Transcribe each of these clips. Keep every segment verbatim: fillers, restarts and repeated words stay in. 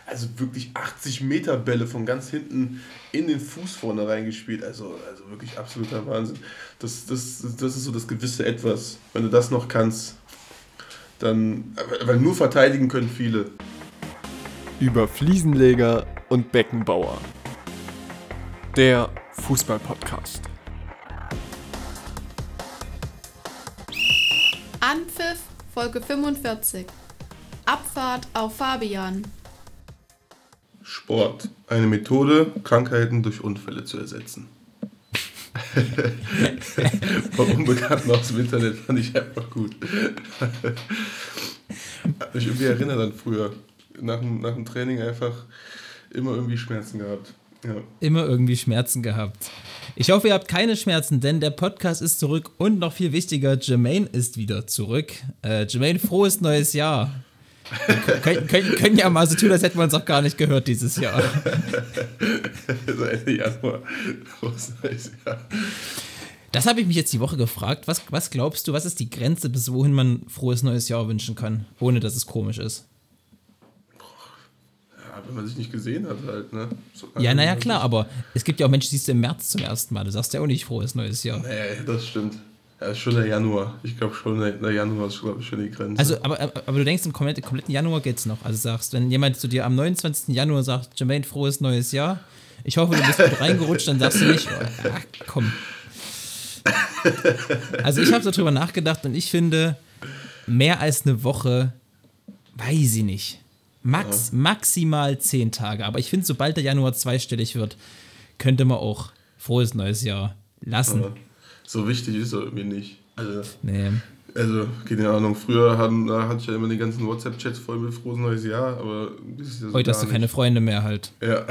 also wirklich achtzig Meter Bälle von ganz hinten in den Fuß vorne reingespielt. Also, also wirklich absoluter Wahnsinn. Das, das, das ist so das gewisse Etwas. Wenn du das noch kannst, dann, weil nur verteidigen können viele. Über Fliesenleger und Beckenbauer. Der Fußball-Podcast. Anpfiff, Folge fünfundvierzig. Abfahrt auf Fabian. Sport. Eine Methode, Krankheiten durch Unfälle zu ersetzen. Von Unbekannten aus dem Internet fand ich einfach gut. Hat mich irgendwie erinnert an früher. Nach dem, nach dem Training einfach immer irgendwie Schmerzen gehabt. Ja. Immer irgendwie Schmerzen gehabt. Ich hoffe, ihr habt keine Schmerzen, denn der Podcast ist zurück und noch viel wichtiger, Jermaine ist wieder zurück. Äh, Jermaine, frohes neues Jahr. Wir können, können, können ja mal so tun, als hätten wir uns auch gar nicht gehört dieses Jahr. So Ende Januar. Frohes neues Jahr. Das habe ich mich jetzt die Woche gefragt. Was, was glaubst du, was ist die Grenze, bis wohin man frohes neues Jahr wünschen kann, ohne dass es komisch ist? Ja, wenn man sich nicht gesehen hat halt, ne? So ja, naja, klar, aber es gibt ja auch Menschen, die siehst du im März zum ersten Mal. Du sagst ja auch nicht frohes neues Jahr. Nee, das stimmt. Ja, ist schon der Januar. Ich glaube schon, der Januar ist, glaube ich, schon die Grenze. Also, aber, aber du denkst, im kompletten, kompletten Januar geht's noch. Also sagst, wenn jemand zu dir am neunundzwanzigsten Januar sagt, Jermaine, frohes neues Jahr, ich hoffe, du bist gut reingerutscht, dann sagst du nicht, oh, ach, komm. Also ich habe so drüber nachgedacht und ich finde, mehr als eine Woche, weiß ich nicht. Max, ja. Maximal zehn Tage. Aber ich finde, sobald der Januar zweistellig wird, könnte man auch frohes neues Jahr lassen. Aber so wichtig ist er irgendwie nicht. Also, nee. also keine Ahnung, früher haben, da hatte ich ja immer die ganzen WhatsApp-Chats voll mit frohes neues Jahr, aber das ist ja so heute hast du nicht. keine Freunde mehr halt. Ja.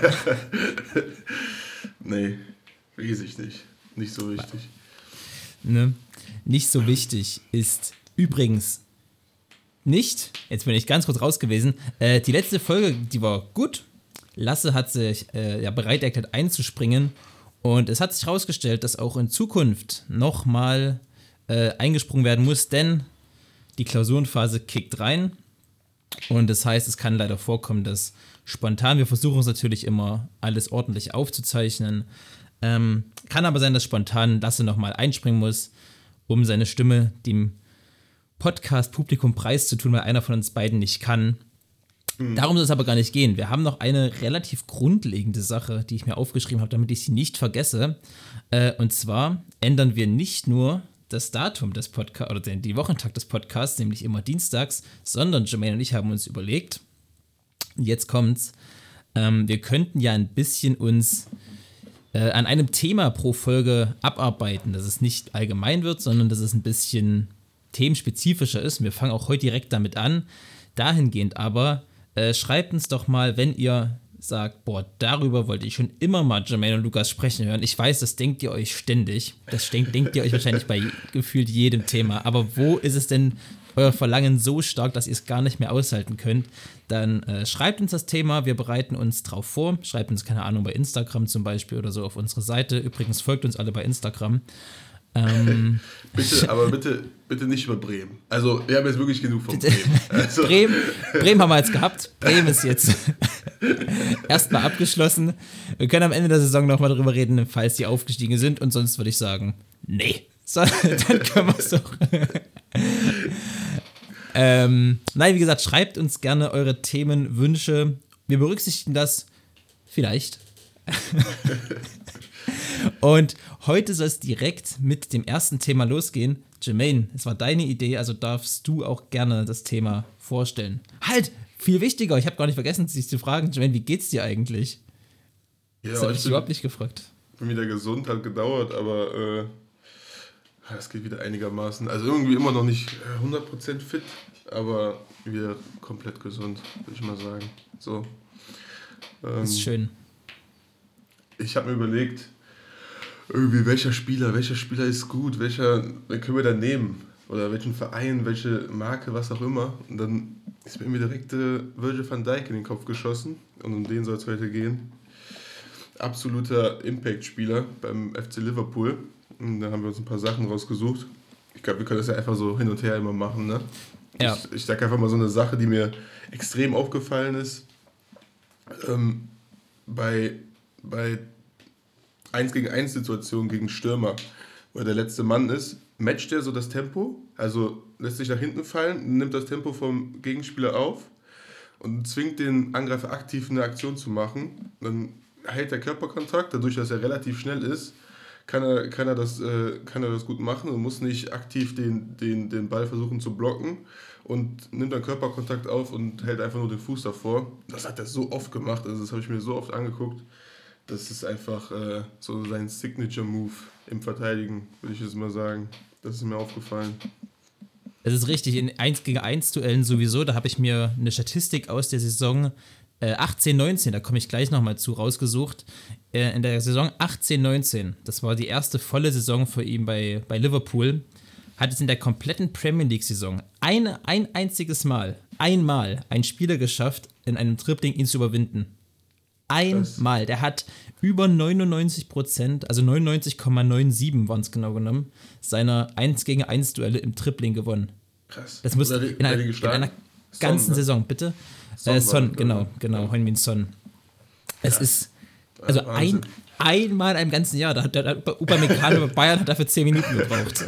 Nee, weiß ich nicht. Nicht so wichtig. Ne? Nicht so wichtig ist übrigens nicht, jetzt bin ich ganz kurz raus gewesen, äh, die letzte Folge, die war gut. Lasse hat sich äh, ja bereit erklärt einzuspringen und es hat sich herausgestellt, dass auch in Zukunft nochmal äh, eingesprungen werden muss, denn die Klausurenphase kickt rein und das heißt, es kann leider vorkommen, dass spontan, wir versuchen es natürlich immer alles ordentlich aufzuzeichnen, ähm, kann aber sein, dass spontan Lasse nochmal einspringen muss, um seine Stimme dem Podcast-Publikum preiszutun, weil einer von uns beiden nicht kann. Mhm. Darum soll es aber gar nicht gehen. Wir haben noch eine relativ grundlegende Sache, die ich mir aufgeschrieben habe, damit ich sie nicht vergesse. Äh, und zwar ändern wir nicht nur das Datum des Podcasts oder den, die Wochentag des Podcasts, nämlich immer dienstags, sondern Jermaine und ich haben uns überlegt, jetzt kommt's, ähm, wir könnten ja ein bisschen uns äh, an einem Thema pro Folge abarbeiten, dass es nicht allgemein wird, sondern dass es ein bisschen themenspezifischer ist. Wir fangen auch heute direkt damit an. Dahingehend aber, äh, schreibt uns doch mal, wenn ihr sagt, boah, darüber wollte ich schon immer mal Jermaine und Lukas sprechen hören. Ich weiß, das denkt ihr euch ständig. Das denkt, denkt ihr euch wahrscheinlich bei gefühlt jedem Thema. Aber wo ist es denn euer Verlangen so stark, dass ihr es gar nicht mehr aushalten könnt? Dann äh, schreibt uns das Thema. Wir bereiten uns drauf vor. Schreibt uns, keine Ahnung, bei Instagram zum Beispiel oder so auf unsere Seite. Übrigens folgt uns alle bei Instagram. Ähm, bitte, aber bitte, bitte nicht über Bremen. Also, wir haben jetzt wirklich genug von Bremen. Also. Bremen. Bremen haben wir jetzt gehabt. Bremen ist jetzt erstmal abgeschlossen. Wir können am Ende der Saison nochmal drüber reden, falls die aufgestiegen sind. Und sonst würde ich sagen, nee. So, dann können wir es doch. ähm, nein, wie gesagt, schreibt uns gerne eure Themen, Wünsche. Wir berücksichtigen das vielleicht. Und heute soll es direkt mit dem ersten Thema losgehen. Jermaine, es war deine Idee, also darfst du auch gerne das Thema vorstellen. Halt, viel wichtiger, ich habe gar nicht vergessen, dich zu fragen, Jermaine, wie geht's dir eigentlich? Ja, das habe ich überhaupt nicht gefragt. Ich bin wieder gesund, hat gedauert, aber äh, es geht wieder einigermaßen. Also irgendwie immer noch nicht hundert Prozent fit, aber wieder komplett gesund, würde ich mal sagen. So. Ähm, das ist schön. Ich habe mir überlegt, irgendwie welcher Spieler, welcher Spieler ist gut, welcher, wen können wir da nehmen? Oder welchen Verein, welche Marke, was auch immer. Und dann ist mir direkt äh, Virgil van Dijk in den Kopf geschossen. Und um den soll es heute gehen. Absoluter Impact-Spieler beim F C Liverpool. Und da haben wir uns ein paar Sachen rausgesucht. Ich glaube, wir können das ja einfach so hin und her immer machen, ne? Ja. Ich, ich sage einfach mal so eine Sache, die mir extrem aufgefallen ist. ähm, bei, bei eins gegen eins Situationen gegen Stürmer, wo er der letzte Mann ist, matcht er so das Tempo, also lässt sich nach hinten fallen, nimmt das Tempo vom Gegenspieler auf und zwingt den Angreifer aktiv eine Aktion zu machen. Dann hält der Körperkontakt, dadurch, dass er relativ schnell ist, kann er, kann er, das, äh, kann er das gut machen und muss nicht aktiv den, den, den Ball versuchen zu blocken und nimmt dann Körperkontakt auf und hält einfach nur den Fuß davor. Das hat er so oft gemacht, also das habe ich mir so oft angeguckt. Das ist einfach äh, so sein Signature-Move im Verteidigen, würde ich jetzt mal sagen. Das ist mir aufgefallen. Das ist richtig, in eins gegen eins Duellen sowieso, da habe ich mir eine Statistik aus der Saison äh, achtzehn neunzehn, da komme ich gleich nochmal zu, rausgesucht. Äh, in der Saison achtzehn neunzehn, das war die erste volle Saison für ihn bei, bei Liverpool, hat es in der kompletten Premier League-Saison eine, ein einziges Mal, einmal ein Spieler geschafft, in einem Dribbling ihn zu überwinden. Einmal. Der hat über neunundneunzig Prozent, also neunundneunzig Komma siebenundneunzig waren es genau genommen, seiner eins gegen eins Duelle im Tripling gewonnen. Krass. Das muss die, in, einer, in einer ganzen Son, Saison, bitte. Son, äh, Son genau, genau, Heung-min Son. Es ja. ist, also ein, einmal in einem ganzen Jahr, da hat der Upamecano bei Bayern hat dafür zehn Minuten gebraucht.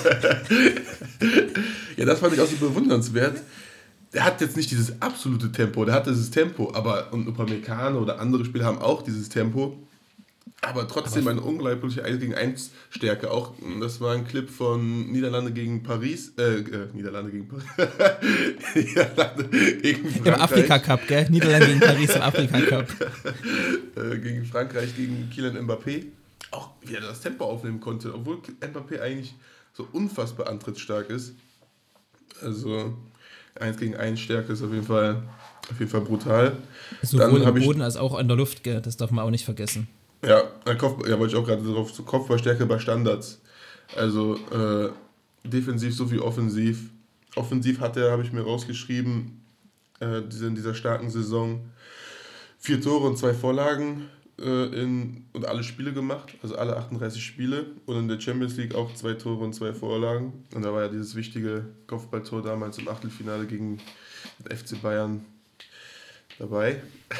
Ja, das fand ich auch so bewundernswert. Der hat jetzt nicht dieses absolute Tempo, der hat dieses Tempo, aber und Upamecano oder andere Spieler haben auch dieses Tempo, aber trotzdem aber eine unglaubliche eins gegen eins Stärke. Auch, das war ein Clip von Niederlande gegen Paris, äh, äh Niederlande gegen Paris, Niederlande gegen Frankreich. Im Afrika-Cup, gell? Niederlande gegen Paris im Afrika-Cup. äh, gegen Frankreich, gegen Kylian Mbappé. Auch wie er das Tempo aufnehmen konnte, obwohl Mbappé eigentlich so unfassbar antrittsstark ist. Also eins gegen eins Stärke ist auf jeden Fall, auf jeden Fall brutal. Sowohl im Boden als auch an der Luft, gell? Das darf man auch nicht vergessen. Ja, Kopf, ja, wollte ich auch gerade drauf, so Kopfballstärke bei Standards. Also äh, defensiv sowie offensiv. Offensiv hat er, habe ich mir rausgeschrieben, äh, diese, in dieser starken Saison vier Tore und zwei Vorlagen äh, in, und alle Spiele gemacht, also alle achtunddreißig Spiele. Und in der Champions League auch zwei Tore und zwei Vorlagen. Und da war ja dieses wichtige Kopfballtor damals im Achtelfinale gegen den F C Bayern dabei.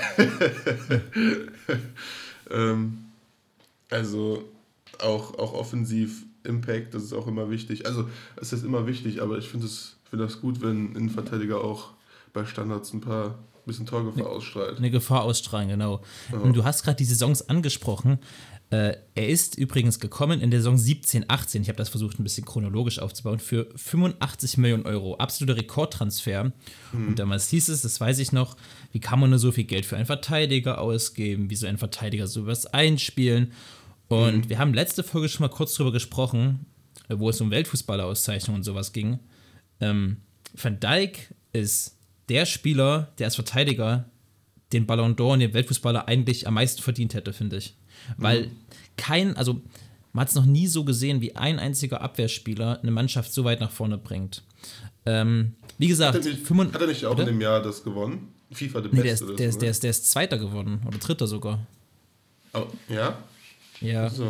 ähm, also auch, auch offensiv Impact, das ist auch immer wichtig. Also es ist immer wichtig, aber ich finde es find das gut, wenn ein Innenverteidiger auch bei Standards ein paar bisschen Torgefahr ausstrahlt. Eine Gefahr ausstrahlen, genau. Ja. Und du hast gerade die Saisons angesprochen. Äh, er ist übrigens gekommen in der Saison siebzehn achtzehn, ich habe das versucht ein bisschen chronologisch aufzubauen, für fünfundachtzig Millionen Euro. Absoluter Rekordtransfer. Mhm. Und damals hieß es, das weiß ich noch, wie kann man nur so viel Geld für einen Verteidiger ausgeben, wie soll ein Verteidiger sowas einspielen? Und mhm. wir haben letzte Folge schon mal kurz drüber gesprochen, wo es um Weltfußballerauszeichnungen und sowas ging. Ähm, Van Dijk ist der Spieler, der als Verteidiger den Ballon d'Or und den Weltfußballer eigentlich am meisten verdient hätte, finde ich. Weil mhm. kein, also man hat es noch nie so gesehen, wie ein einziger Abwehrspieler eine Mannschaft so weit nach vorne bringt. Ähm, wie gesagt, hat er nicht, fünfund- hat er nicht auch oder? in dem Jahr das gewonnen? FIFA der nee, Beste. Der ist, der, ist, der, ist, der ist Zweiter geworden oder Dritter sogar. Oh, ja? Ja. So.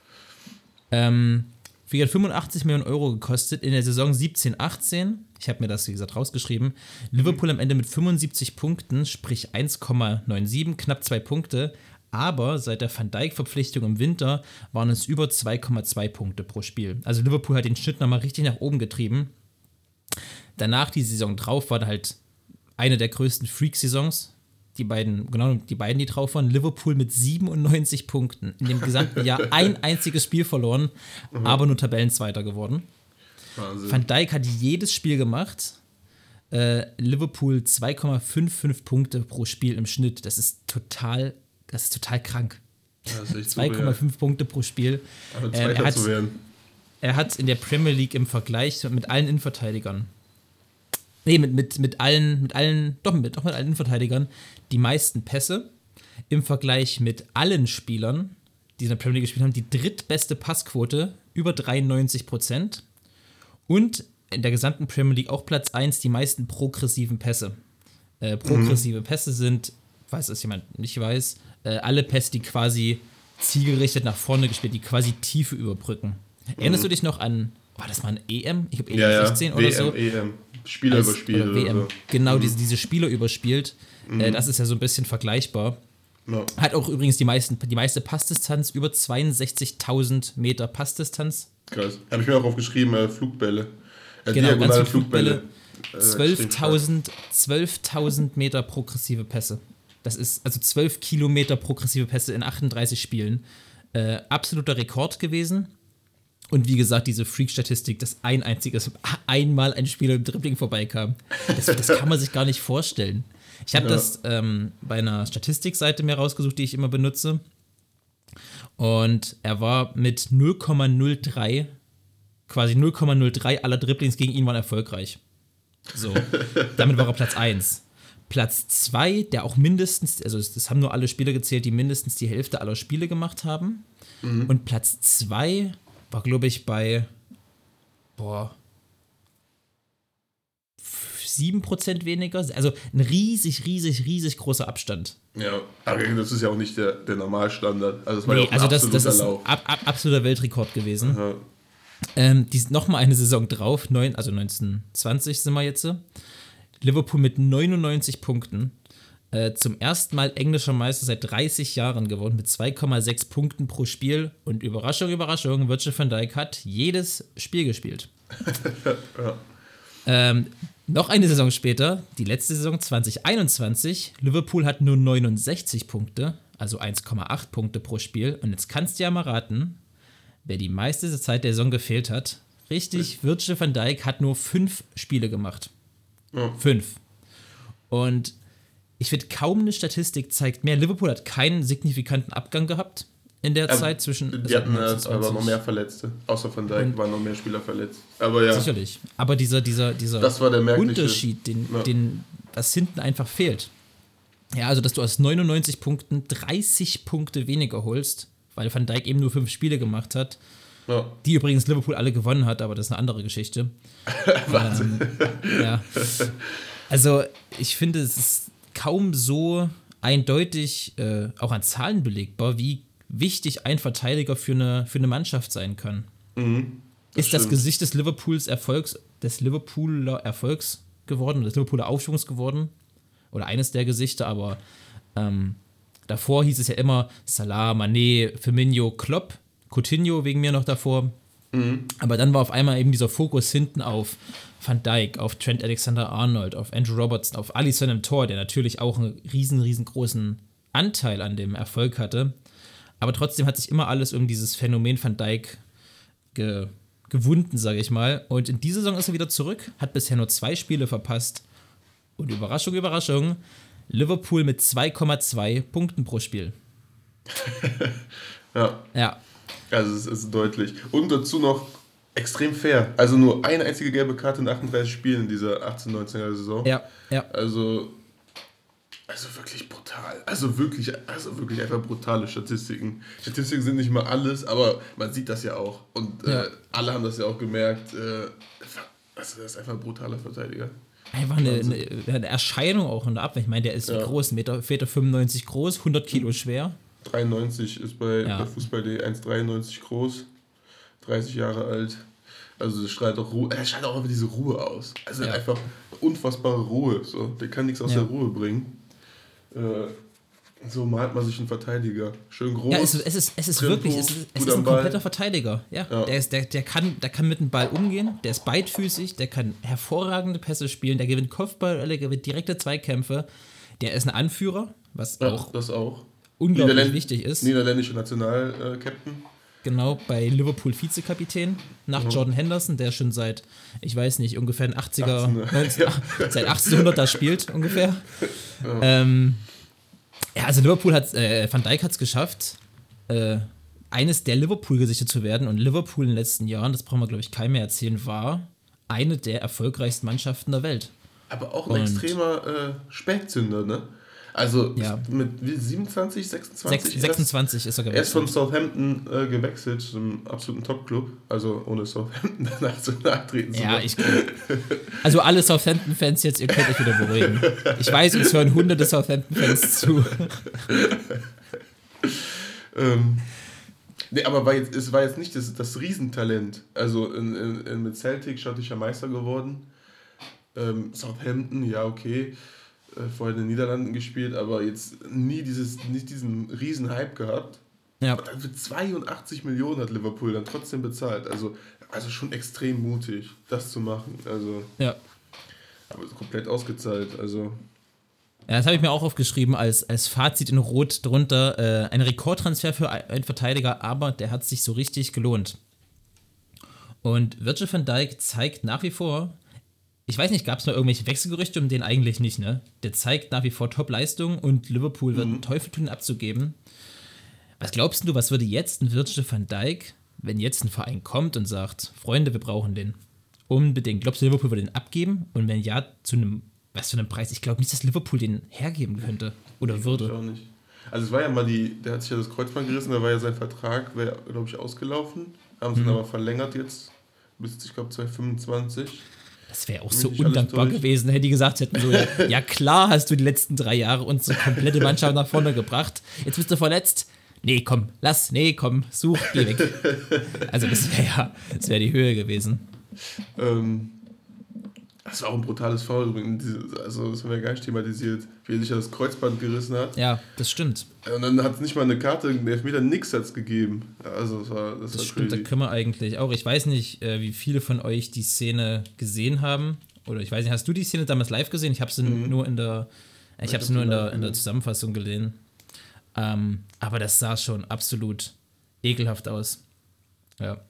Ähm, wie gesagt, fünfundachtzig Millionen Euro gekostet in der Saison siebzehn achtzehn. Ich habe mir das, wie gesagt, rausgeschrieben. Liverpool am Ende mit fünfundsiebzig Punkten, sprich eins Komma siebenundneunzig, knapp zwei Punkte. Aber seit der Van Dijk-Verpflichtung im Winter waren es über zwei Komma zwei Punkte pro Spiel. Also Liverpool hat den Schnitt nochmal richtig nach oben getrieben. Danach, die Saison drauf, war halt eine der größten Freak-Saisons. Die beiden, genau, die beiden, die drauf waren. Liverpool mit siebenundneunzig Punkten. In dem gesamten Jahr ein einziges Spiel verloren, mhm. aber nur Tabellenzweiter geworden. Wahnsinn. Van Dijk hat jedes Spiel gemacht. Äh, Liverpool zwei Komma fünfundfünfzig Punkte pro Spiel im Schnitt. Das ist total, das ist total krank. Ja, zwei Komma fünf Punkte pro Spiel. Aber Zweiter ähm, er hat, zu werden. Er hat in der Premier League im Vergleich mit allen Innenverteidigern, nee, mit, mit, mit allen, mit allen, doch mit, doch mit allen Innenverteidigern, die meisten Pässe. Im Vergleich mit allen Spielern, die in der Premier League gespielt haben, die drittbeste Passquote, über dreiundneunzig Prozent. Und in der gesamten Premier League auch Platz eins, die meisten progressiven Pässe. Äh, progressive mhm. Pässe sind, falls das jemand nicht weiß, äh, alle Pässe, die quasi zielgerichtet nach vorne gespielt, die quasi Tiefe überbrücken. Mhm. Erinnerst du dich noch an, war das mal ein E M? Ich glaube E M ja, sechzehn ja. oder W M, so. E M. Spieler als, überspielt oder oder W M. so. Genau, Mhm. diese, diese Spieler überspielt. Mhm. Äh, das ist ja so ein bisschen vergleichbar. Ja. Hat auch übrigens die, meisten, die meiste Passdistanz, über zweiundsechzigtausend Meter Passdistanz. Krass. Habe ich mir auch aufgeschrieben, äh, Flugbälle. Äh, Genau, ganz diagonale viele Flugbälle. Äh, zwölftausend zwölftausend Meter progressive Pässe. Das ist also zwölf Kilometer progressive Pässe in achtunddreißig Spielen. Äh, absoluter Rekord gewesen. Und wie gesagt, diese Freak-Statistik, dass ein einziges, einmal ein Spieler im Dribbling vorbeikam. Das, das kann man sich gar nicht vorstellen. Ich habe Ja. das ähm, bei einer Statistikseite mir rausgesucht, die ich immer benutze. Und er war mit null Komma null drei, quasi null Komma null drei aller Dribblings gegen ihn waren erfolgreich. So, damit war er Platz eins. Platz zwei, der auch mindestens, also das haben nur alle Spieler gezählt, die mindestens die Hälfte aller Spiele gemacht haben. Mhm. Und Platz zwei war, glaube ich, bei, boah, sieben Prozent weniger. Also ein riesig, riesig, riesig großer Abstand. Ja, aber das ist ja auch nicht der, der Normalstandard. Also das war Nee, ja auch ein also das, absoluter das ist ein Lauf. ab, ab, absoluter Weltrekord gewesen. Ja. Ähm, die sind nochmal eine Saison drauf, neun, also neunzehn zwanzig sind wir jetzt. Liverpool mit neunundneunzig Punkten. Äh, zum ersten Mal englischer Meister seit dreißig Jahren geworden, mit zwei Komma sechs Punkten pro Spiel. Und Überraschung, Überraschung, Virgil van Dijk hat jedes Spiel gespielt. Ja. ähm, noch eine Saison später, die letzte Saison zwanzig einundzwanzig, Liverpool hat nur neunundsechzig Punkte, also eins Komma acht Punkte pro Spiel. Und jetzt kannst du ja mal raten, wer die meiste Zeit der Saison gefehlt hat. Richtig, Virgil van Dijk hat nur fünf Spiele gemacht. Ja. Fünf. Und ich finde, kaum eine Statistik zeigt mehr. Liverpool hat keinen signifikanten Abgang gehabt in der Aber Zeit zwischen. Die hatten also äh, aber noch mehr Verletzte. Außer Van Dijk Und- waren noch mehr Spieler verletzt. Aber ja, Sicherlich. Aber dieser, dieser, dieser das war der merkliche Unterschied, den, Ja. den, was hinten einfach fehlt. Ja, also dass du aus neunundneunzig Punkten dreißig Punkte weniger holst, weil Van Dijk eben nur fünf Spiele gemacht hat, Ja. die übrigens Liverpool alle gewonnen hat, aber das ist eine andere Geschichte. ähm, ja. Also ich finde, es ist kaum so eindeutig äh, auch an Zahlen belegbar, wie wichtig ein Verteidiger für eine, für eine Mannschaft sein kann. Mhm. Das Ist das stimmt. Gesicht des Liverpools Erfolgs, des Liverpooler Erfolgs geworden, des Liverpooler Aufschwungs geworden. Oder eines der Gesichter, aber ähm, davor hieß es ja immer Salah, Mané, Firmino, Klopp, Coutinho wegen mir noch davor. Mhm. Aber dann war auf einmal eben dieser Fokus hinten auf Van Dijk, auf Trent Alexander-Arnold, auf Andrew Robertson, auf Alisson im Tor, der natürlich auch einen riesen, riesengroßen Anteil an dem Erfolg hatte. Aber trotzdem hat sich immer alles um dieses Phänomen Van Dijk ge gewunden, sage ich mal. Und in dieser Saison ist er wieder zurück, hat bisher nur zwei Spiele verpasst. Und Überraschung, Überraschung, Liverpool mit zwei Komma zwei Punkten pro Spiel. Ja, Ja, also es ist deutlich. Und dazu noch extrem fair. Also nur eine einzige gelbe Karte in achtunddreißig Spielen in dieser achtzehn neunzehner Saison. ja, ja. Also, also wirklich brutal. Also wirklich, also wirklich einfach brutale Statistiken. Statistiken sind nicht mal alles, aber man sieht das ja auch. Und Ja. äh, alle haben das ja auch gemerkt. Äh, also das ist einfach ein brutaler Verteidiger. Einfach eine, eine, eine Erscheinung auch in der Abwehr. Ich meine, der ist Ja. groß, Meter, Meter fünfundneunzig groß, hundert Kilo schwer. dreiundneunzig ist bei, Ja. bei Fußball punkt de eins Komma dreiundneunzig groß, dreißig Jahre alt. Also das strahlt auch Ruhe, er strahlt auch einfach diese Ruhe aus. Also Ja. einfach unfassbare Ruhe. So. Der kann nichts aus Ja. der Ruhe bringen. Äh, so malt man sich einen Verteidiger. Schön groß. Ja, es, ist- es ist, es ist Tempo, wirklich, es ist, es gut ist am ein Ball. kompletter Verteidiger. Ja, Ja. Der, ist, der, der, kann, der kann mit dem Ball umgehen, der ist beidfüßig, der kann hervorragende Pässe spielen, der gewinnt Kopfball, gewinnt direkte Zweikämpfe, der ist ein Anführer, was Ja, auch das auch. unglaublich Niederländ- wichtig ist. Niederländischer National-Captain. Genau, bei Liverpool Vizekapitän nach Jordan Henderson, der schon seit, ich weiß nicht, ungefähr in achtziger, achtzehnhundert. neunzehn, seit achtzehnhundert da spielt ungefähr. Ja, ähm, ja also Liverpool hat, äh, Van Dijk hat es geschafft, äh, eines der Liverpool-Gesichter zu werden. Und Liverpool in den letzten Jahren, das brauchen wir, glaube ich, keinem mehr erzählen, war eine der erfolgreichsten Mannschaften der Welt. Aber auch ein Und- extremer äh, Spätzünder, ne? Also Ja. mit wie, siebenundzwanzig, sechsundzwanzig? Sechs, erst? sechsundzwanzig ist er Er ist von gewechselt. Southampton äh, gewechselt zum absoluten Top-Club. Also ohne Southampton danach zu nachtreten zu Ja, wollen. ich. Also alle Southampton-Fans jetzt, ihr könnt euch wieder beruhigen. Ich weiß, uns hören hunderte Southampton-Fans zu. Ähm, nee, aber war jetzt, es war jetzt nicht das, das Riesentalent. Also in, in, in, mit Celtic schottischer Meister geworden. Ähm, Southampton, ja, okay. Äh, vorher in den Niederlanden gespielt, aber jetzt nie dieses, nicht diesen riesen Hype gehabt. Ja. Und dann für zweiundachtzig Millionen hat Liverpool dann trotzdem bezahlt. Also, also schon extrem mutig, das zu machen. Also, Ja. aber komplett ausgezahlt. Also, Ja, das habe ich mir auch aufgeschrieben als, als Fazit in Rot drunter. Äh, ein Rekordtransfer für einen Verteidiger, aber der hat sich so richtig gelohnt. Und Virgil van Dijk zeigt nach wie vor, ich weiß nicht, gab es mal irgendwelche Wechselgerüchte um den eigentlich nicht, ne? Der zeigt nach wie vor Top-Leistung und Liverpool wird einen Teufel tun, ihn abzugeben. Was glaubst du, was würde jetzt ein Virgil van Dijk, wenn jetzt ein Verein kommt und sagt, Freunde, wir brauchen den? Unbedingt. Glaubst du, Liverpool würde den abgeben? Und wenn ja, zu einem, was für einem Preis? Ich glaube nicht, dass Liverpool den hergeben könnte oder würde. ich auch nicht. Also es war ja mal die, der hat sich ja das Kreuzband gerissen, da war ja sein Vertrag, wäre, glaube ich, ausgelaufen. Haben sie ihn aber verlängert jetzt bis, ich glaube, zwanzig fünfundzwanzig. Das wäre auch Wenn so mich nicht alles undankbar täuscht. gewesen, hätte die gesagt hätten, so, ja, ja klar hast du die letzten drei Jahre unsere komplette Mannschaft nach vorne gebracht, jetzt bist du verletzt. Nee, komm, lass, nee, komm, such, geh weg. Also das wäre ja, das wäre die Höhe gewesen. Ähm, das war auch ein brutales Foul übrigens. Also das haben wir gar nicht thematisiert, wie er sich ja das Kreuzband gerissen hat. Ja, das stimmt. Und dann hat es nicht mal eine Karte, einen Elfmeter, nix hat es gegeben. Also das war, das Das war stimmt, da crazy. können wir eigentlich auch. Ich weiß nicht, äh, wie viele von euch die Szene gesehen haben. Oder ich weiß nicht, hast du die Szene damals live gesehen? Ich habe sie Mhm. nur in der, ich Ich habe hab sie nur sie in der, live in der gesehen. Zusammenfassung gesehen. Ähm, aber das sah schon absolut ekelhaft aus. Ja.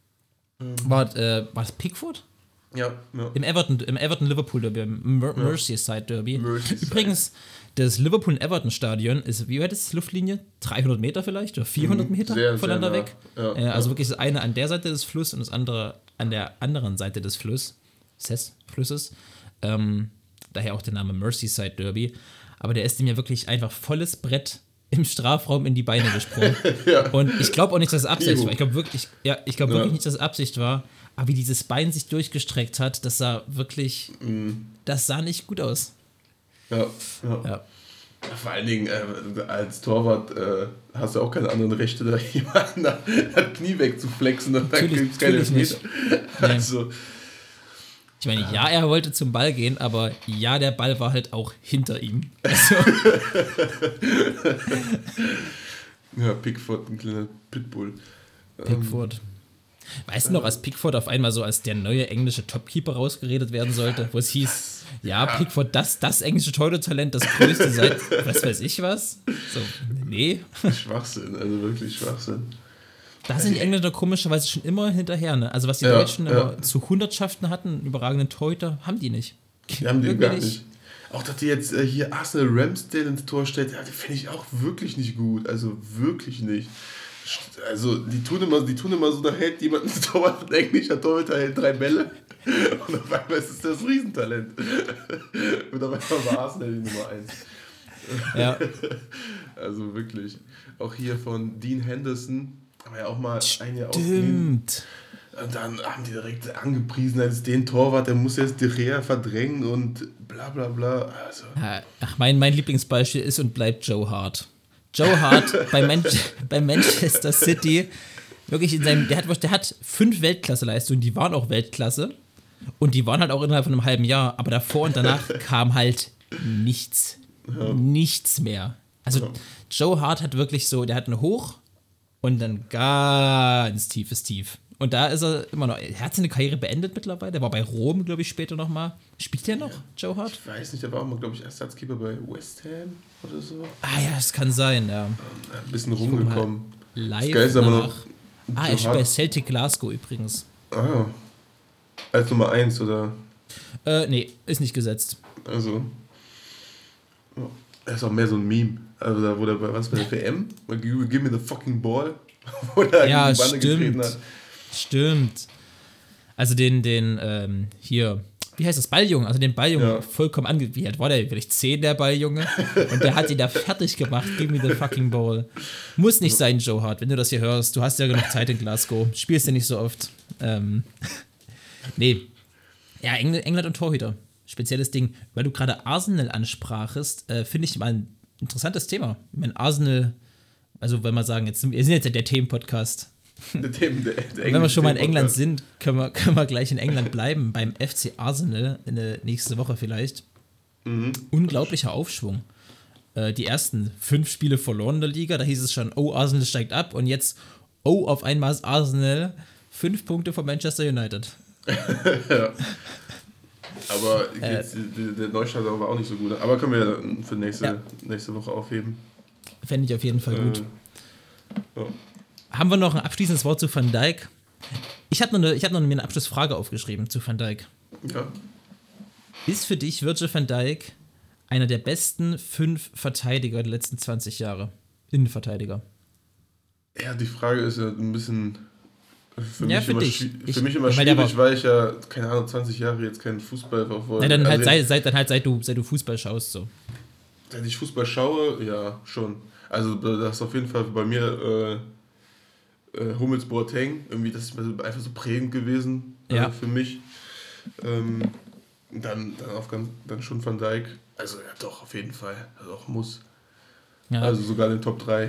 War, äh, war das Pickford? Ja, ja. Im Everton, im Everton-Liverpool Derby, im Mer- Merseyside Derby. Merseyside. Übrigens, das Liverpool-Everton-Stadion ist, wie weit ist es, Luftlinie? dreihundert Meter vielleicht? Oder vierhundert Meter sehr, voneinander sehr nah. weg? Ja, äh, also ja. wirklich das eine an der Seite des Flusses und das andere an der anderen Seite des Fluss, des Flusses. Ähm, daher auch der Name Merseyside Derby. Aber der ist ihm ja wirklich einfach volles Brett im Strafraum in die Beine gesprungen. Ja. Und ich glaube auch nicht, dass es Absicht Ivo. war. Ich glaube wirklich, ja, ich glaube Ja. wirklich nicht, dass es Absicht war. Aber wie dieses Bein sich durchgestreckt hat, das sah wirklich, das sah nicht gut aus. Ja, ja. Ja. Vor allen Dingen äh, als Torwart äh, hast du auch keine anderen Rechte, da jemanden das Knie wegzuflexen und dann Natürlich- gibt es keine natürlich Elfmeter. Nee. Also, Ich meine, ja, er wollte zum Ball gehen, aber ja, der Ball war halt auch hinter ihm. Also, ja, Pickford, ein kleiner Pitbull. Pickford. Weißt du noch, als Pickford auf einmal so als der neue englische Topkeeper rausgeredet werden sollte, wo es hieß, ja, Pickford, das, das englische Torhüter-Talent, das größte seit, was weiß ich was? So, nee. Schwachsinn, also wirklich Schwachsinn. Da sind die Engländer komischerweise schon immer hinterher, ne? Also was die Ja, Deutschen ja. immer zu Hundertschaften hatten, einen überragenden Torhüter, haben die nicht. Die haben die Irgendwie gar nicht. Auch, dass die jetzt äh, hier Arsenal Ramsdale ins Tor stellt, ja, die finde ich auch wirklich nicht gut. Also wirklich nicht. Also die tun immer, die tun immer so, da hält jemand ein Tor, ein englischer Torhüter hält drei Bälle und auf einmal ist es das Riesentalent. Und auf einmal war Arsenal die Nummer eins. Ja, Also wirklich. Auch hier von Dean Henderson, haben wir ja auch mal ein Jahr ausgeliehen. stimmt. Und dann haben die direkt angepriesen als den Torwart, der muss jetzt De Gea verdrängen und bla bla bla. Also, Ja, ach, mein, mein Lieblingsbeispiel ist und bleibt Joe Hart. Joe Hart bei, Man bei Manchester City, wirklich in seinem, der hat, der hat fünf Weltklasse-Leistungen, die waren auch Weltklasse und die waren halt auch innerhalb von einem halben Jahr, aber davor und danach kam halt nichts. Nichts mehr. Also Ja. Joe Hart hat wirklich so, der hat ein Hoch und dann ganz tiefes Tief. Und da ist er immer noch, er hat seine Karriere beendet mittlerweile, der war bei Rom, glaube ich, später nochmal. Spielt der noch, Joe Hart? ich weiß nicht, der war auch mal, glaube ich, Ersatzkeeper bei West Ham oder so. Ah ja, das kann sein, ja. Ein bisschen rumgekommen. Live Das Geil ist aber nach. noch. Ah, er Joe ist bei Hart- Celtic Glasgow übrigens. Ah, als Nummer eins oder. Äh, nee, ist nicht gesetzt. Also. Ja. Er ist auch mehr so ein Meme. Also da wurde bei was bei der W M? Give give me the fucking ball. Wo er Ja, gegen die Bande getreten stimmt. hat. Stimmt. Also den, den, ähm, hier, wie heißt das, Balljunge, also den Balljunge Ja. vollkommen ange... Wie alt war der? Vielleicht zehn, der Balljunge? Und der hat ihn da fertig gemacht. Give me the fucking ball. Muss nicht sein, Joe Hart, wenn du das hier hörst. Du hast ja genug Zeit in Glasgow. Spielst ja nicht so oft. Ähm, nee. Ja, Engl England und Torhüter. Spezielles Ding. Weil du gerade Arsenal ansprachest, äh, finde ich mal ein interessantes Thema. Wenn Arsenal, also wenn wir sagen, jetzt, wir sind jetzt ja der Themenpodcast. Der Themen, der, der Wenn wir schon mal in Themen- England sind, können wir, können wir gleich in England bleiben, beim F C Arsenal, in der nächste Woche vielleicht. Mhm. Unglaublicher Aufschwung. Äh, die ersten fünf Spiele verloren in der Liga, da hieß es schon, oh, Arsenal steigt ab und jetzt, oh, auf einmal ist Arsenal fünf Punkte von Manchester United. Ja. Aber Äh, jetzt, der, der Neustart war auch nicht so gut. Aber können wir für nächste, Ja. nächste Woche aufheben. Fände ich auf jeden Fall gut. Äh, ja. Haben wir noch ein abschließendes Wort zu Van Dijk? Ich habe noch, eine, ich hab noch mir eine Abschlussfrage aufgeschrieben zu Van Dijk. ja. Ist für dich Virgil van Dijk einer der besten fünf Verteidiger der letzten zwanzig Jahre? Innenverteidiger. Ja, die Frage ist ja ein bisschen für Ja, mich für immer, dich. schwi- Ich- für mich immer weil der schwierig, weil ich ja, keine Ahnung, zwanzig Jahre jetzt keinen Fußball verfolge. Nein, dann halt, Also seit, seit, dann halt seit, du, seit du Fußball schaust. So. Seit ich Fußball schaue, ja, schon. Also das ist auf jeden Fall bei mir äh, äh, Hummels Boateng, irgendwie das ist einfach so prägend gewesen äh, Ja. für mich. Ähm, dann, dann, auf, ganz- dann schon Van Dijk. Also ja doch, auf jeden Fall. Also auch muss. Ja. Also sogar in den Top drei.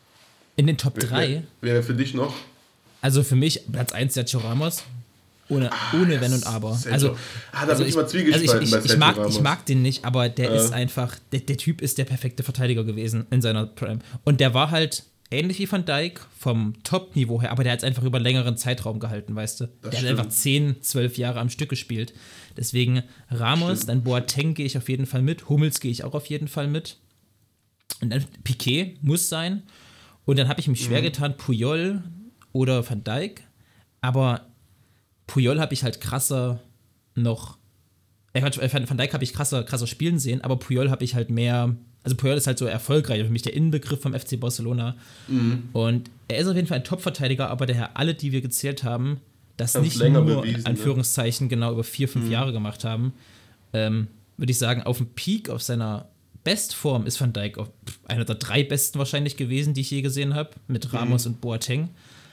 In den Top drei, Wäre für dich noch? also für mich Platz eins Sergio Ramos. Ohne, ohne Wenn und Aber. Sergio. Also, Ah, da also bin ich ich, mal zwiegespalten also ich, ich, bei ich, Sergio mag, Ramos. ich mag den nicht, aber der Äh. ist einfach, der, der Typ ist der perfekte Verteidiger gewesen in seiner Prime. Und der war halt ähnlich wie Van Dijk vom Top-Niveau her, aber der hat es einfach über einen längeren Zeitraum gehalten, weißt du? Das der stimmt. hat einfach zehn, zwölf Jahre am Stück gespielt. Deswegen Ramos, Stimmt. dann Boateng gehe ich auf jeden Fall mit, Hummels gehe ich auch auf jeden Fall mit. Und dann Piqué muss sein. Und dann habe ich mich schwer Mhm. getan, Puyol oder Van Dijk. Aber Puyol habe ich halt krasser noch. Äh, Quatsch, äh, Van Dijk habe ich krasser, krasser spielen sehen, aber Puyol habe ich halt mehr. Also Puyol ist halt so erfolgreich, für mich der Innenbegriff vom F C Barcelona. Mhm. Und er ist auf jeden Fall ein Top-Verteidiger, aber daher alle, die wir gezählt haben, das Haben's nicht länger nur, bewiesen, ne? Anführungszeichen, genau über vier, fünf Jahre gemacht haben, ähm, würde ich sagen, auf dem Peak, auf seiner Bestform ist Van Dijk auf einer der drei besten wahrscheinlich gewesen, die ich je gesehen habe, mit Ramos und Boateng.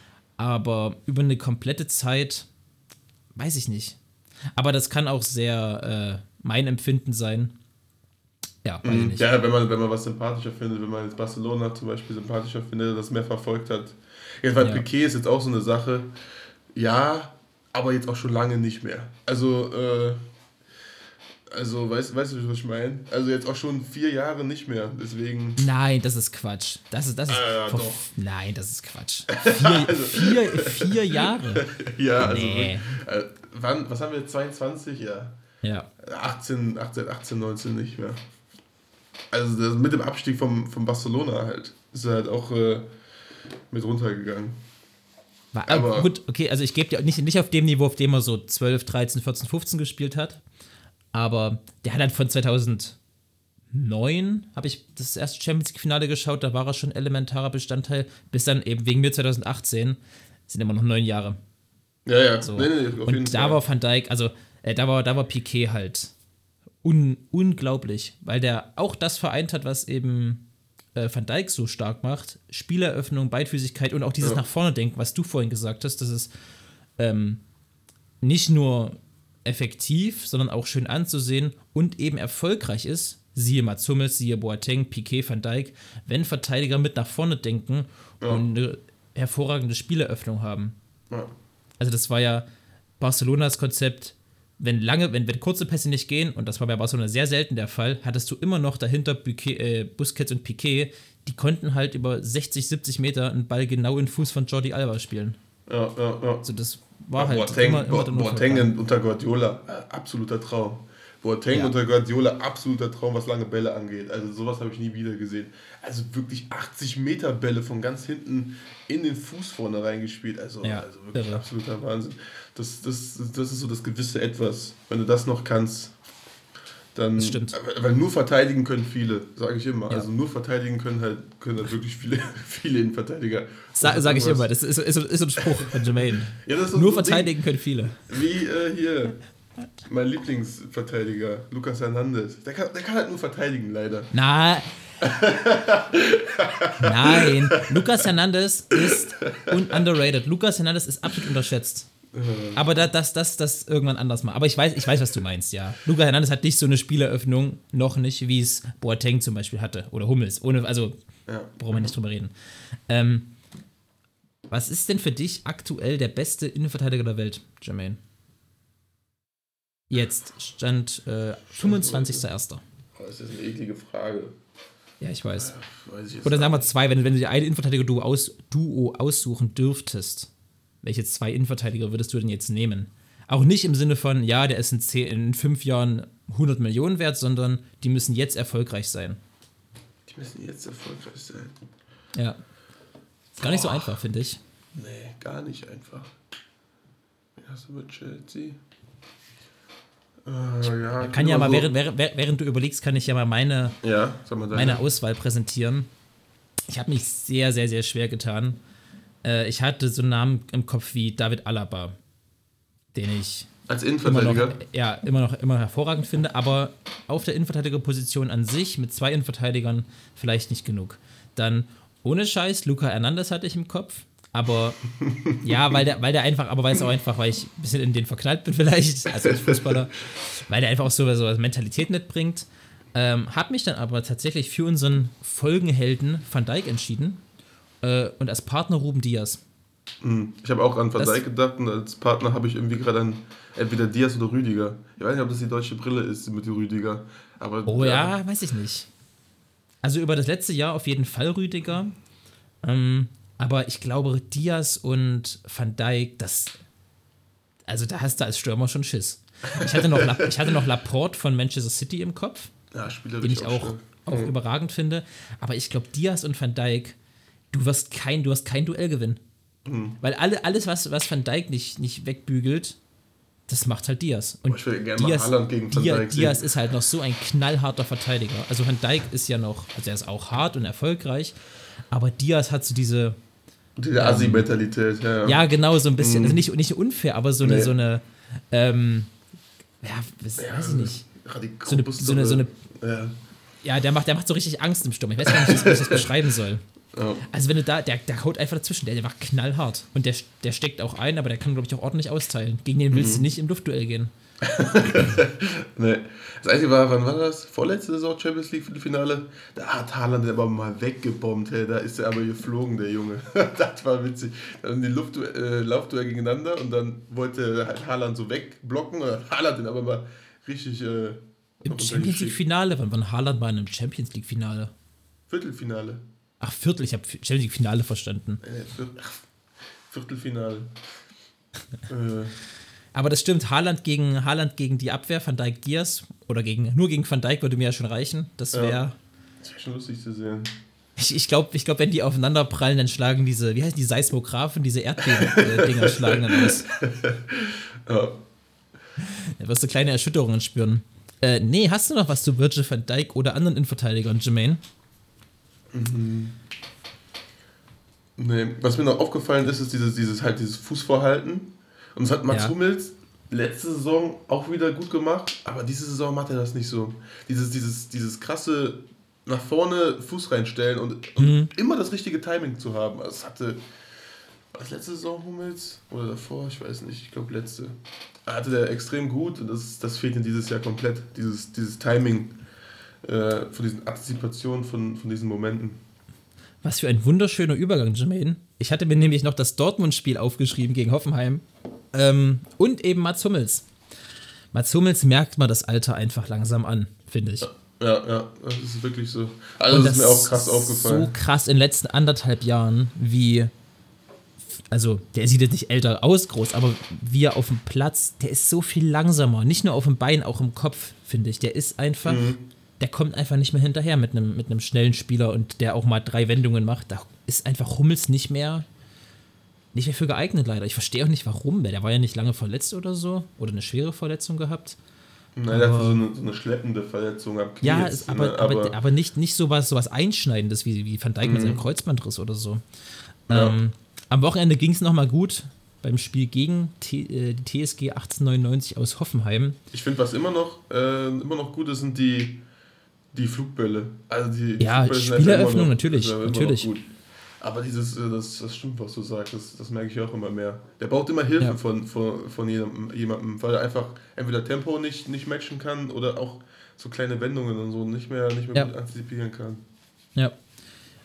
Aber über eine komplette Zeit, weiß ich nicht. Aber das kann auch sehr äh, mein Empfinden sein. Ja, weiß ich nicht. Ja, wenn man, wenn man was sympathischer findet, wenn man jetzt Barcelona zum Beispiel sympathischer findet, das mehr verfolgt hat. Jetzt, weil Ja. Piqué ist jetzt auch so eine Sache, ja, aber jetzt auch schon lange nicht mehr. Also, äh, also weißt, weißt du, was ich meine? Also jetzt auch schon vier Jahre nicht mehr, deswegen... Nein, das ist Quatsch. Das ist, das ist Ah, ja, vor- doch. Nein, das ist Quatsch. Vier, vier, vier Jahre. Ja, also, Nee. äh, wann, was haben wir, zweiundzwanzig? Ja, Ja. achtzehn, achtzehn, achtzehn, neunzehn nicht mehr. Also das, mit dem Abstieg vom, vom Barcelona halt, ist er halt auch äh, mit runtergegangen. War, Aber- aber gut, okay, also ich gebe dir nicht, nicht auf dem Niveau, auf dem er so zwölf, dreizehn, vierzehn, fünfzehn gespielt hat. Aber der hat dann von zweitausendneun, habe ich das erste Champions League-Finale geschaut, da war er schon elementarer Bestandteil, bis dann eben wegen mir zweitausendachtzehn, sind immer noch neun Jahre. Ja, ja, So. nee, nee, auf jeden Und da Fall. war Van Dijk, also äh, da war, da war Piqué halt un, unglaublich, weil der auch das vereint hat, was eben äh, Van Dijk so stark macht. Spieleröffnung, Beidfüßigkeit und auch dieses Ja. nach vorne denken, was du vorhin gesagt hast, dass es ähm, nicht nur effektiv, sondern auch schön anzusehen und eben erfolgreich ist, siehe Mats Hummels, siehe Boateng, Piqué, Van Dijk, wenn Verteidiger mit nach vorne denken Ja. und eine hervorragende Spieleröffnung haben. Ja. Also das war ja Barcelonas Konzept, wenn lange, wenn, wenn kurze Pässe nicht gehen, und das war bei Barcelona sehr selten der Fall, hattest du immer noch dahinter Piqué, äh, Busquets und Piqué, die konnten halt über sechzig, siebzig Meter einen Ball genau in den Fuß von Jordi Alba spielen. Ja, ja, ja. Also das war halt Boateng, immer, immer Bo- der Boateng Notfallplan. unter Guardiola, äh, absoluter Traum. Boateng Ja. unter Guardiola, absoluter Traum, was lange Bälle angeht. Also sowas habe ich nie wieder gesehen. Also wirklich achtzig Meter Bälle von ganz hinten in den Fuß vorne reingespielt. Also, Ja, also wirklich irre. absoluter Wahnsinn. Das, das, das ist so das gewisse Etwas. Wenn du das noch kannst, dann... Das stimmt. Aber- Weil nur verteidigen können viele, sage ich immer. Ja. Also nur verteidigen können halt, können halt wirklich viele, viele Innenverteidiger. Sa Sag ich Sowas. immer, das ist, ist, ist so ein Spruch von Jermaine. Ja, das ist so Nur so ein Ding. verteidigen können viele. Wie äh, hier, mein Lieblingsverteidiger, Lucas Hernandez. Der kann, der kann halt nur verteidigen, leider. Na. Nein, Lucas Hernandez ist un underrated. Lucas Hernandez ist absolut unterschätzt. Aber da, das, das, das irgendwann anders mal. Aber ich weiß, ich weiß, was du meinst, ja. Lucas Hernandez hat nicht so eine Spieleröffnung, noch nicht, wie es Boateng zum Beispiel hatte. Oder Hummels. Ohne, also, Ja. brauchen wir nicht drüber reden. Ähm, Was ist denn für dich aktuell der beste Innenverteidiger der Welt, Jermaine? Jetzt stand äh, fünfundzwanzigster erster Oh, das ist eine eklige Frage. Ja, ich weiß. Äh, weiß ich jetzt Oder sagen wir nicht. zwei, wenn, wenn du dir eine Innenverteidiger-Duo aus, Duo aussuchen dürftest. Welche zwei Innenverteidiger würdest du denn jetzt nehmen? Auch nicht im Sinne von, ja, der ist in, zehn, in fünf Jahren hundert Millionen wert, sondern die müssen jetzt erfolgreich sein. Die müssen jetzt erfolgreich sein. Ja. Ist gar nicht so Boah. einfach, finde ich. Nee, gar nicht einfach. Wen hast du mit Chelsea? Äh, ja, Kann ja immer mal, so- während, während, während du überlegst, kann ich ja mal meine, Ja, sag mal deine. meine Auswahl präsentieren. Ich habe mich sehr, sehr, sehr schwer getan. Äh, ich hatte so einen Namen im Kopf wie David Alaba, den ich Als immer Innenverteidiger? noch, ja, immer noch immer hervorragend finde, aber auf der Innenverteidigerposition an sich mit zwei Innenverteidigern vielleicht nicht genug. Dann ohne Scheiß, Luca Hernandez hatte ich im Kopf, aber ja, weil der, weil der einfach, aber weil es auch einfach, weil ich ein bisschen in den verknallt bin vielleicht, also als Fußballer, weil der einfach auch so, so Mentalität mitbringt. Ähm, hab mich dann aber tatsächlich für unseren Folgenhelden Van Dijk entschieden äh, und als Partner Ruben Diaz. Hm, Ich habe auch an Van Das- Dijk gedacht und als Partner habe ich irgendwie gerade an entweder Diaz oder Rüdiger. Ich weiß nicht, ob das die deutsche Brille ist mit Rüdiger. Aber Oh ja, weiß ich nicht. Also über das letzte Jahr auf jeden Fall Rüdiger. Ähm, aber ich glaube, Diaz und Van Dijk, das. Also da hast du als Stürmer schon Schiss. Ich hatte noch, La- ich hatte noch Laporte von Manchester City im Kopf, Ja, spielerisch den ich auch, stark. auch Mhm. überragend finde. Aber ich glaube, Diaz und Van Dijk, du wirst kein, du wirst kein Duell gewinnen. Mhm. Weil alle, alles, was, was Van Dijk nicht, nicht wegbügelt, das macht halt Diaz. Und Boah, ich würde gerne mal Haaland gegen Van Diaz, Dijk sehen. Diaz ist halt noch so ein knallharter Verteidiger. Also Van Dijk ist ja noch, also er ist auch hart und erfolgreich, aber Diaz hat so diese, Diese Assi-Mentalität, ja. ja genau, so ein bisschen, Mhm. also nicht, nicht unfair, aber so eine, Nee. so eine, ähm, ja, was, Ja, weiß ich nicht. radikal- So eine, so eine, so eine, ja. ja, der macht, der macht so richtig Angst im Sturm. Ich weiß gar nicht, wie ich das beschreiben soll. Ja. Also wenn du da, der, der haut einfach dazwischen, der, der macht knallhart. Und der, der steckt auch ein, aber der kann, glaube ich, auch ordentlich austeilen. Gegen den willst Mhm. du nicht im Luftduell gehen. Nee. Das Einzige war, wann war das? Vorletzte Saison Champions League Viertelfinale? Da hat Haaland aber mal weggebombt, hey. Da ist er aber geflogen, der Junge. Das war witzig. Dann die Luft, äh, Laufduell gegeneinander und dann wollte halt Haaland so wegblocken und hat Haaland den aber mal richtig äh, Im Champions League-Finale? Wann war Haaland bei einem Champions League-Finale? Viertelfinale. Ach, Viertel, ich habe Champions League-Finale verstanden. Äh, Viert ach, Viertelfinale. äh, Aber das stimmt, Haaland gegen, Haaland gegen die Abwehr, Van Dijk Diaz, oder gegen, nur gegen Van Dijk würde mir ja schon reichen. Das Ja. wäre. das wäre schon lustig zu sehen. Ich, ich glaube, ich glaub, wenn die aufeinander prallen, dann schlagen diese, wie heißen die Seismographen, diese Erdbeben-Dinger schlagen dann aus. Ja. Da wirst du kleine Erschütterungen spüren. Äh, nee, hast du noch was zu Virgil van Dijk oder anderen Innenverteidigern, Jermaine? Nee, was mir noch aufgefallen ist, ist dieses, dieses halt dieses Fußvorhalten. Und das hat Mats Ja. Hummels letzte Saison auch wieder gut gemacht, aber diese Saison macht er das nicht so. Dieses, dieses, dieses krasse nach vorne Fuß reinstellen und, und Mhm. immer das richtige Timing zu haben. Also es hatte, war das letzte Saison Hummels oder davor? Ich weiß nicht, ich glaube letzte. Hatte der extrem gut und das, das fehlt ihm dieses Jahr komplett. Dieses, dieses Timing äh, von diesen Antizipationen von, von diesen Momenten. Was für ein wunderschöner Übergang, Jermaine. Ich hatte mir nämlich noch das Dortmund-Spiel aufgeschrieben gegen Hoffenheim. Ähm, und eben Mats Hummels. Mats Hummels merkt man das Alter einfach langsam an, finde ich. Ja, ja, das ist wirklich so. Also Und das ist mir auch krass aufgefallen. So krass in den letzten anderthalb Jahren, wie. Also, der sieht jetzt nicht älter aus, groß, aber wie er auf dem Platz, der ist so viel langsamer. Nicht nur auf dem Bein, auch im Kopf, finde ich. Der ist einfach. Mhm. Der kommt einfach nicht mehr hinterher mit einem mit einem schnellen Spieler und der auch mal drei Wendungen macht. Da ist einfach Hummels nicht mehr. Nicht mehr für geeignet, leider. Ich verstehe auch nicht, warum. Der war ja nicht lange verletzt oder so. Oder eine schwere Verletzung gehabt. Nein, der hatte so eine, so eine schleppende Verletzung am Knie. Ja, jetzt, ist, aber, ne? aber, aber nicht, nicht sowas, sowas Einschneidendes wie, wie Van Dijk mit Mhm. seinem Kreuzbandriss oder so. Ja. Ähm, am Wochenende ging es nochmal gut beim Spiel gegen T, äh, die T S G achtzehnhundertneunundneunzig aus Hoffenheim. Ich finde, was immer noch, äh, immer noch gut ist, sind die, die Flugbälle. Also die, die Ja, Flugbälle sind Spieleröffnung, einfach immer noch- natürlich, sind immer noch natürlich. gut. Aber dieses, äh, das, das stimmt, was du sagst, das, das merke ich auch immer mehr. Der braucht immer Hilfe Ja. von, von, von jedem, jemandem, weil er einfach entweder Tempo nicht, nicht matchen kann oder auch so kleine Wendungen und so nicht mehr, nicht mehr Ja. gut antizipieren kann. Ja.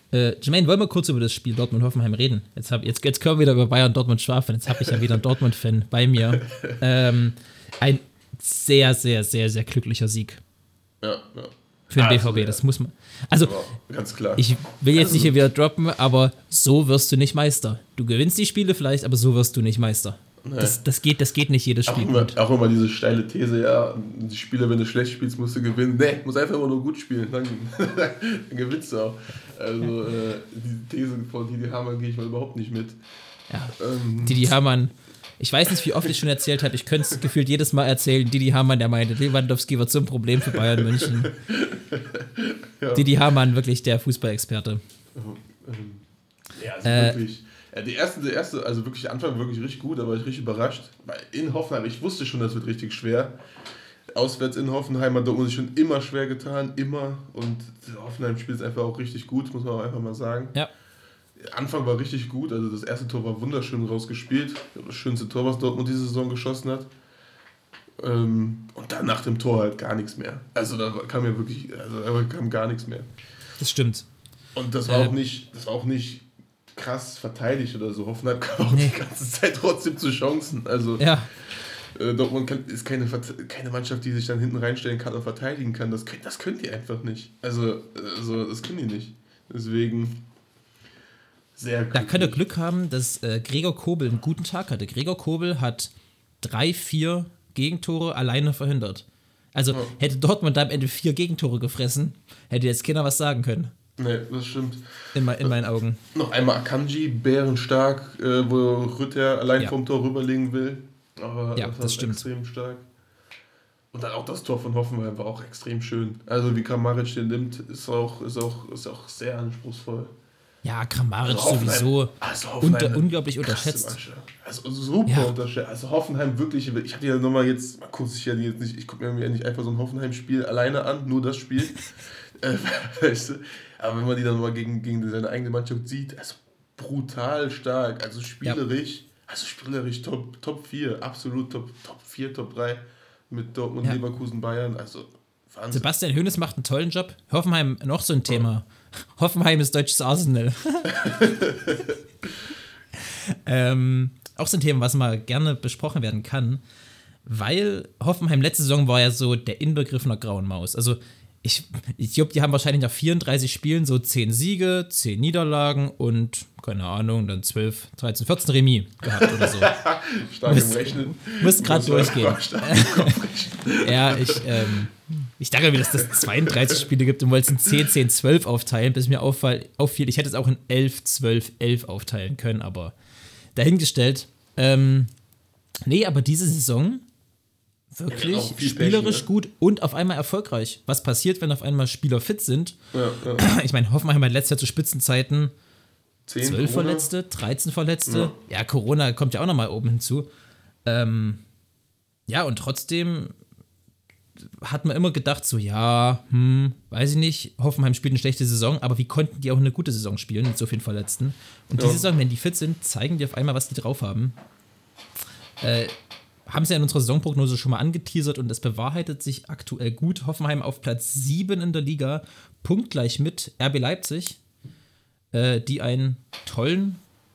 Äh, Jermaine, wollen wir kurz über das Spiel Dortmund-Hoffenheim reden? Jetzt, hab, jetzt, jetzt können wir wieder über Bayern-Dortmund schwafeln. Jetzt habe ich ja wieder einen Dortmund-Fan bei mir. Ähm, ein sehr, sehr, sehr, sehr glücklicher Sieg. Ja, ja. Für den also, B V B, ja. das muss man. Also, Ja, ganz klar. ich will jetzt Also- nicht hier wieder droppen, aber so wirst du nicht Meister. Du gewinnst die Spiele vielleicht, aber so wirst du nicht Meister. Nee. Das, das, geht, das geht nicht jedes Auch Spiel immer, gut. auch immer diese steile These, ja, die Spieler, wenn du schlecht spielst, musst du gewinnen. Nee, muss einfach immer nur gut spielen, dann, dann gewinnst du auch. Also äh, die These von Didi Hamann gehe ich mal überhaupt nicht mit. Ja. Ähm, Didi Hamann, ich weiß nicht, wie oft ich schon erzählt habe, ich könnte es gefühlt jedes Mal erzählen, Didi Hamann, der meinte, Lewandowski wird so ein Problem für Bayern München. ja. Didi Hamann, wirklich der Fußballexperte. Ähm, ja, also Äh, wirklich. Ja, die erste, die erste, also wirklich Anfang wirklich richtig gut, da war ich richtig überrascht. Weil in Hoffenheim, ich wusste schon, das wird richtig schwer. Auswärts in Hoffenheim hat Dortmund sich schon immer schwer getan, immer. Und Hoffenheim spielt es einfach auch richtig gut, muss man auch einfach mal sagen. Ja. Anfang war richtig gut, also das erste Tor war wunderschön rausgespielt. Das schönste Tor, was Dortmund diese Saison geschossen hat. Ähm, und dann nach dem Tor halt gar nichts mehr. Also da kam ja wirklich, also da kam gar nichts mehr. Das stimmt. Und das war Äh, auch nicht, das war auch nicht krass verteidigt oder so. Hoffenheim kam auch Nee. die ganze Zeit trotzdem zu Chancen. Also Ja, äh, Dortmund kann, ist keine, Verte- keine Mannschaft, die sich dann hinten reinstellen kann und verteidigen kann. Das können, das können die einfach nicht. Also, also das können die nicht. Deswegen sehr da könnt ihr glücklich. Glück haben, dass äh, Gregor Kobel einen guten Tag hatte. Gregor Kobel hat drei, vier Gegentore alleine verhindert. Also Ja. hätte Dortmund da am Ende vier Gegentore gefressen, hätte jetzt keiner was sagen können. Nee, das stimmt. In, me- in meinen Augen. Noch einmal Akanji, bärenstark, äh, wo Rütter allein Ja. vom Tor rüberlegen will. Aber Ja, das, war das stimmt. extrem stark. Und dann auch das Tor von Hoffenheim war auch extrem schön. Also wie Kramaric den nimmt, ist auch, ist auch, ist auch sehr anspruchsvoll. Ja, Kramaric Also Hoffenheim- sowieso also Hoffenheim unter, eine unglaublich krasse unterschätzt. Mannschaft. Also super Ja. unterschätzt. Also Hoffenheim wirklich, ich hatte ja nochmal jetzt, mal kurz, ich, ja jetzt nicht, ich gucke mir ja nicht einfach so ein Hoffenheim-Spiel alleine an, nur das Spiel. äh, weißt du? Aber wenn man die dann mal gegen, gegen seine eigene Mannschaft sieht, also brutal stark, also spielerisch, also spielerisch Top, Top vier, absolut Top, Top vier, Top drei mit Dortmund, Ja. Leverkusen, Bayern, also Wahnsinn. Sebastian Hoeneß macht einen tollen Job. Hoffenheim, noch so ein Thema. Hoffenheim ist deutsches Arsenal. ähm, auch so ein Thema, was mal gerne besprochen werden kann, weil Hoffenheim letzte Saison war ja so der Inbegriff einer grauen Maus. Also ich, ich glaube, die haben wahrscheinlich nach vierunddreißig Spielen so zehn Siege, zehn Niederlagen und, keine Ahnung, dann zwölf, dreizehn, vierzehn Remis gehabt oder so. Stark Muss- im Rechnen. muss grad Muss durchgehen. einfach stark im Kopf rechnen. Ja, ich, ähm, ich dachte mir, dass das zweiunddreißig Spiele gibt und wollte es in zehn, zehn, zwölf aufteilen, bis mir auffall, auffiel, ich hätte es auch in elf, zwölf, elf aufteilen können, aber dahingestellt. Ähm, nee, aber diese Saison wirklich auch viel spielerisch Pech, ne? gut und auf einmal erfolgreich. Was passiert, wenn auf einmal Spieler fit sind? Ja, ja. Ich meine, Hoffenheim hat letztes Jahr zu Spitzenzeiten Zehn zwölf Corona. Verletzte, dreizehn Verletzte. Ja, Corona kommt ja auch nochmal oben hinzu. Ähm, ja, und trotzdem hat man immer gedacht, so, ja, hm, weiß ich nicht, Hoffenheim spielt eine schlechte Saison, aber wie konnten die auch eine gute Saison spielen mit so vielen Verletzten? Und Ja. diese Saison, wenn die fit sind, zeigen die auf einmal, was die drauf haben. Äh, haben sie ja in unserer Saisonprognose schon mal angeteasert und es bewahrheitet sich aktuell gut. Hoffenheim auf Platz sieben in der Liga, punktgleich mit R B Leipzig, äh, die einen tollen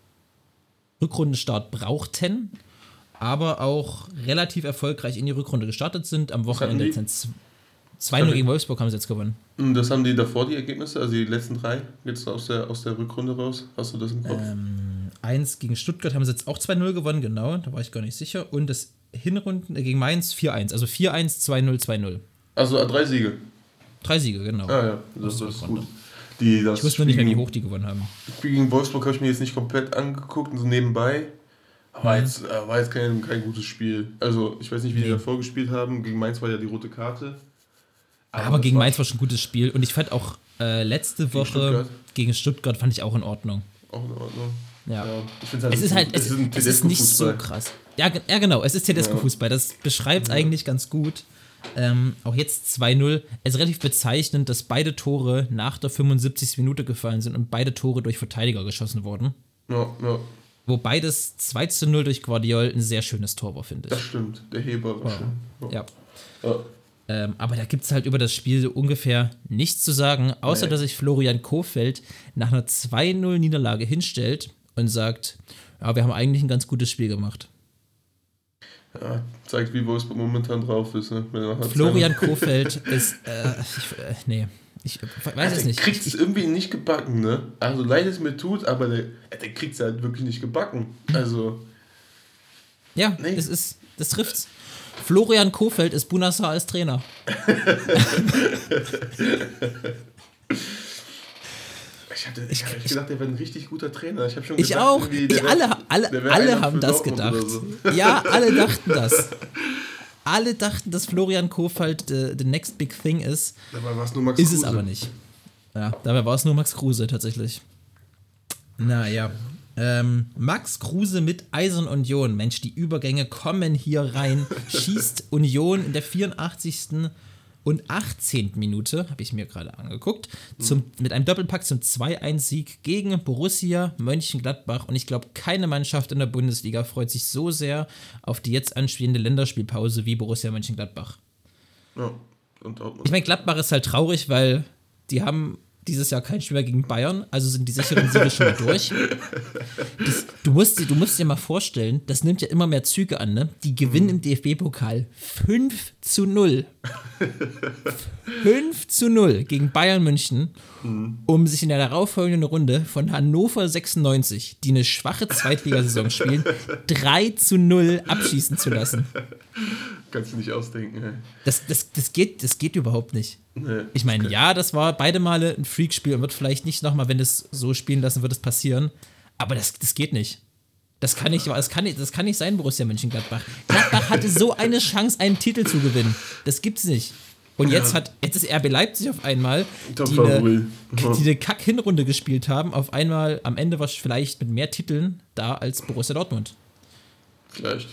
Rückrundenstart brauchten, aber auch relativ erfolgreich in die Rückrunde gestartet sind. Am Wochenende hatten die? sind zwei null gegen Wolfsburg haben sie jetzt gewonnen. Und das haben die davor, die Ergebnisse, also die letzten drei, jetzt aus der, aus der Rückrunde raus. Hast du das im Kopf? Ähm, eins gegen Stuttgart haben sie jetzt auch zwei null gewonnen, genau, da war ich gar nicht sicher. Und das Hinrunden äh, gegen Mainz vier eins, also vier eins, zwei null, zwei null. Also äh, drei Siege. Drei Siege, genau. Ah ja, das, Aus der das ist Rückrunde. gut. Die, das Ich wusste nur nicht mehr, wie Spiel hoch die gewonnen haben. gegen- Spiel gegen Wolfsburg habe ich mir jetzt nicht komplett angeguckt, so nebenbei. Aber Mhm. jetzt äh, war jetzt kein, kein gutes Spiel. Also ich weiß nicht, wie die Nee. davor gespielt haben. Gegen Mainz war ja die rote Karte. Aber das gegen war- Mainz war schon ein gutes Spiel. Und ich fand auch äh, letzte Woche Stuttgart. gegen Stuttgart fand ich auch in Ordnung. Auch in Ordnung. Ja. Ja, ich find's Es ist halt, es, es ist, ein es ist nicht so Tedesco-Fußball. krass. Ja, ge- ja, genau, es ist Tedesco-Fußball. Das beschreibt es Ja. eigentlich ganz gut. Ähm, auch jetzt zwei null. Es ist relativ bezeichnend, dass beide Tore nach der fünfundsiebzigsten Minute gefallen sind und beide Tore durch Verteidiger geschossen wurden. Ja, ja, Wo beides zwei zu null durch Guardiol ein sehr schönes Tor war, finde das ich. stimmt. Der Heber war Ja. schön. Ja. Ja. Ähm, aber da gibt es halt über das Spiel so ungefähr nichts zu sagen, außer Nee. dass sich Florian Kohfeldt nach einer zwei null Niederlage hinstellt und sagt, ja, wir haben eigentlich ein ganz gutes Spiel gemacht. Ja, zeigt, wie Wolfsburg momentan drauf ist. Ne? Florian Kohfeldt ist, äh, ich, äh, nee, ich weiß also, es nicht. Der kriegt es irgendwie nicht gebacken, ne? Also leid es mir tut, aber der, der kriegt es halt wirklich nicht gebacken. Also, Ja, Nee. es ist, das trifft's. Florian Kohfeldt ist Bunassar als Trainer. ich hatte ich, hab gedacht, der wäre ein richtig guter Trainer. Ich habe schon Ich gedacht, auch. irgendwie, der Ich, wär- alle alle, der wär alle einer haben für das Dortmund gedacht. oder so. Ja, alle dachten das. Alle dachten, dass Florian Kohfeldt the, the next big thing ist. Dabei war es nur Max Ist Kruse. es aber nicht. Ja, dabei war es nur Max Kruse tatsächlich. Naja. Ähm, Max Kruse mit Eisern Union. Mensch, die Übergänge kommen hier rein. Schießt Union in der vierundachtzigsten und achtzehnten Minute, habe ich mir gerade angeguckt, zum, mit einem Doppelpack zum zwei eins Sieg gegen Borussia Mönchengladbach. Und ich glaube, keine Mannschaft in der Bundesliga freut sich so sehr auf die jetzt anstehende Länderspielpause wie Borussia Mönchengladbach. Ja, und Dortmund. Ich meine, Gladbach ist halt traurig, weil die haben dieses Jahr kein Spiel mehr gegen Bayern, also sind die sicheren Siege schon mal durch. Das, du, musst, dir- du musst dir mal vorstellen, das nimmt ja immer mehr Züge an, ne? Die gewinnen im D F B-Pokal fünf zu null. fünf zu null gegen Bayern München, um sich in der darauffolgenden Runde von Hannover sechsundneunzig, die eine schwache Zweitligasaison spielen, drei zu null abschießen zu lassen. Kannst du nicht ausdenken, ey. Das, das, das, geht, das geht überhaupt nicht. Nee. Ich meine, ja, das war beide Male ein Freakspiel und wird vielleicht nicht nochmal, wenn das so spielen lassen, wird es passieren. Aber das, das geht nicht. Das kann nicht, das kann nicht, das kann nicht sein, Borussia Mönchengladbach. Gladbach hatte so eine Chance, einen Titel zu gewinnen. Das gibt's nicht. Und jetzt hat, jetzt ist R B Leipzig auf einmal, Top die eine, Favorit. Ja. die eine Kack-Hinrunde gespielt haben, auf einmal am Ende war vielleicht mit mehr Titeln da als Borussia Dortmund. Vielleicht.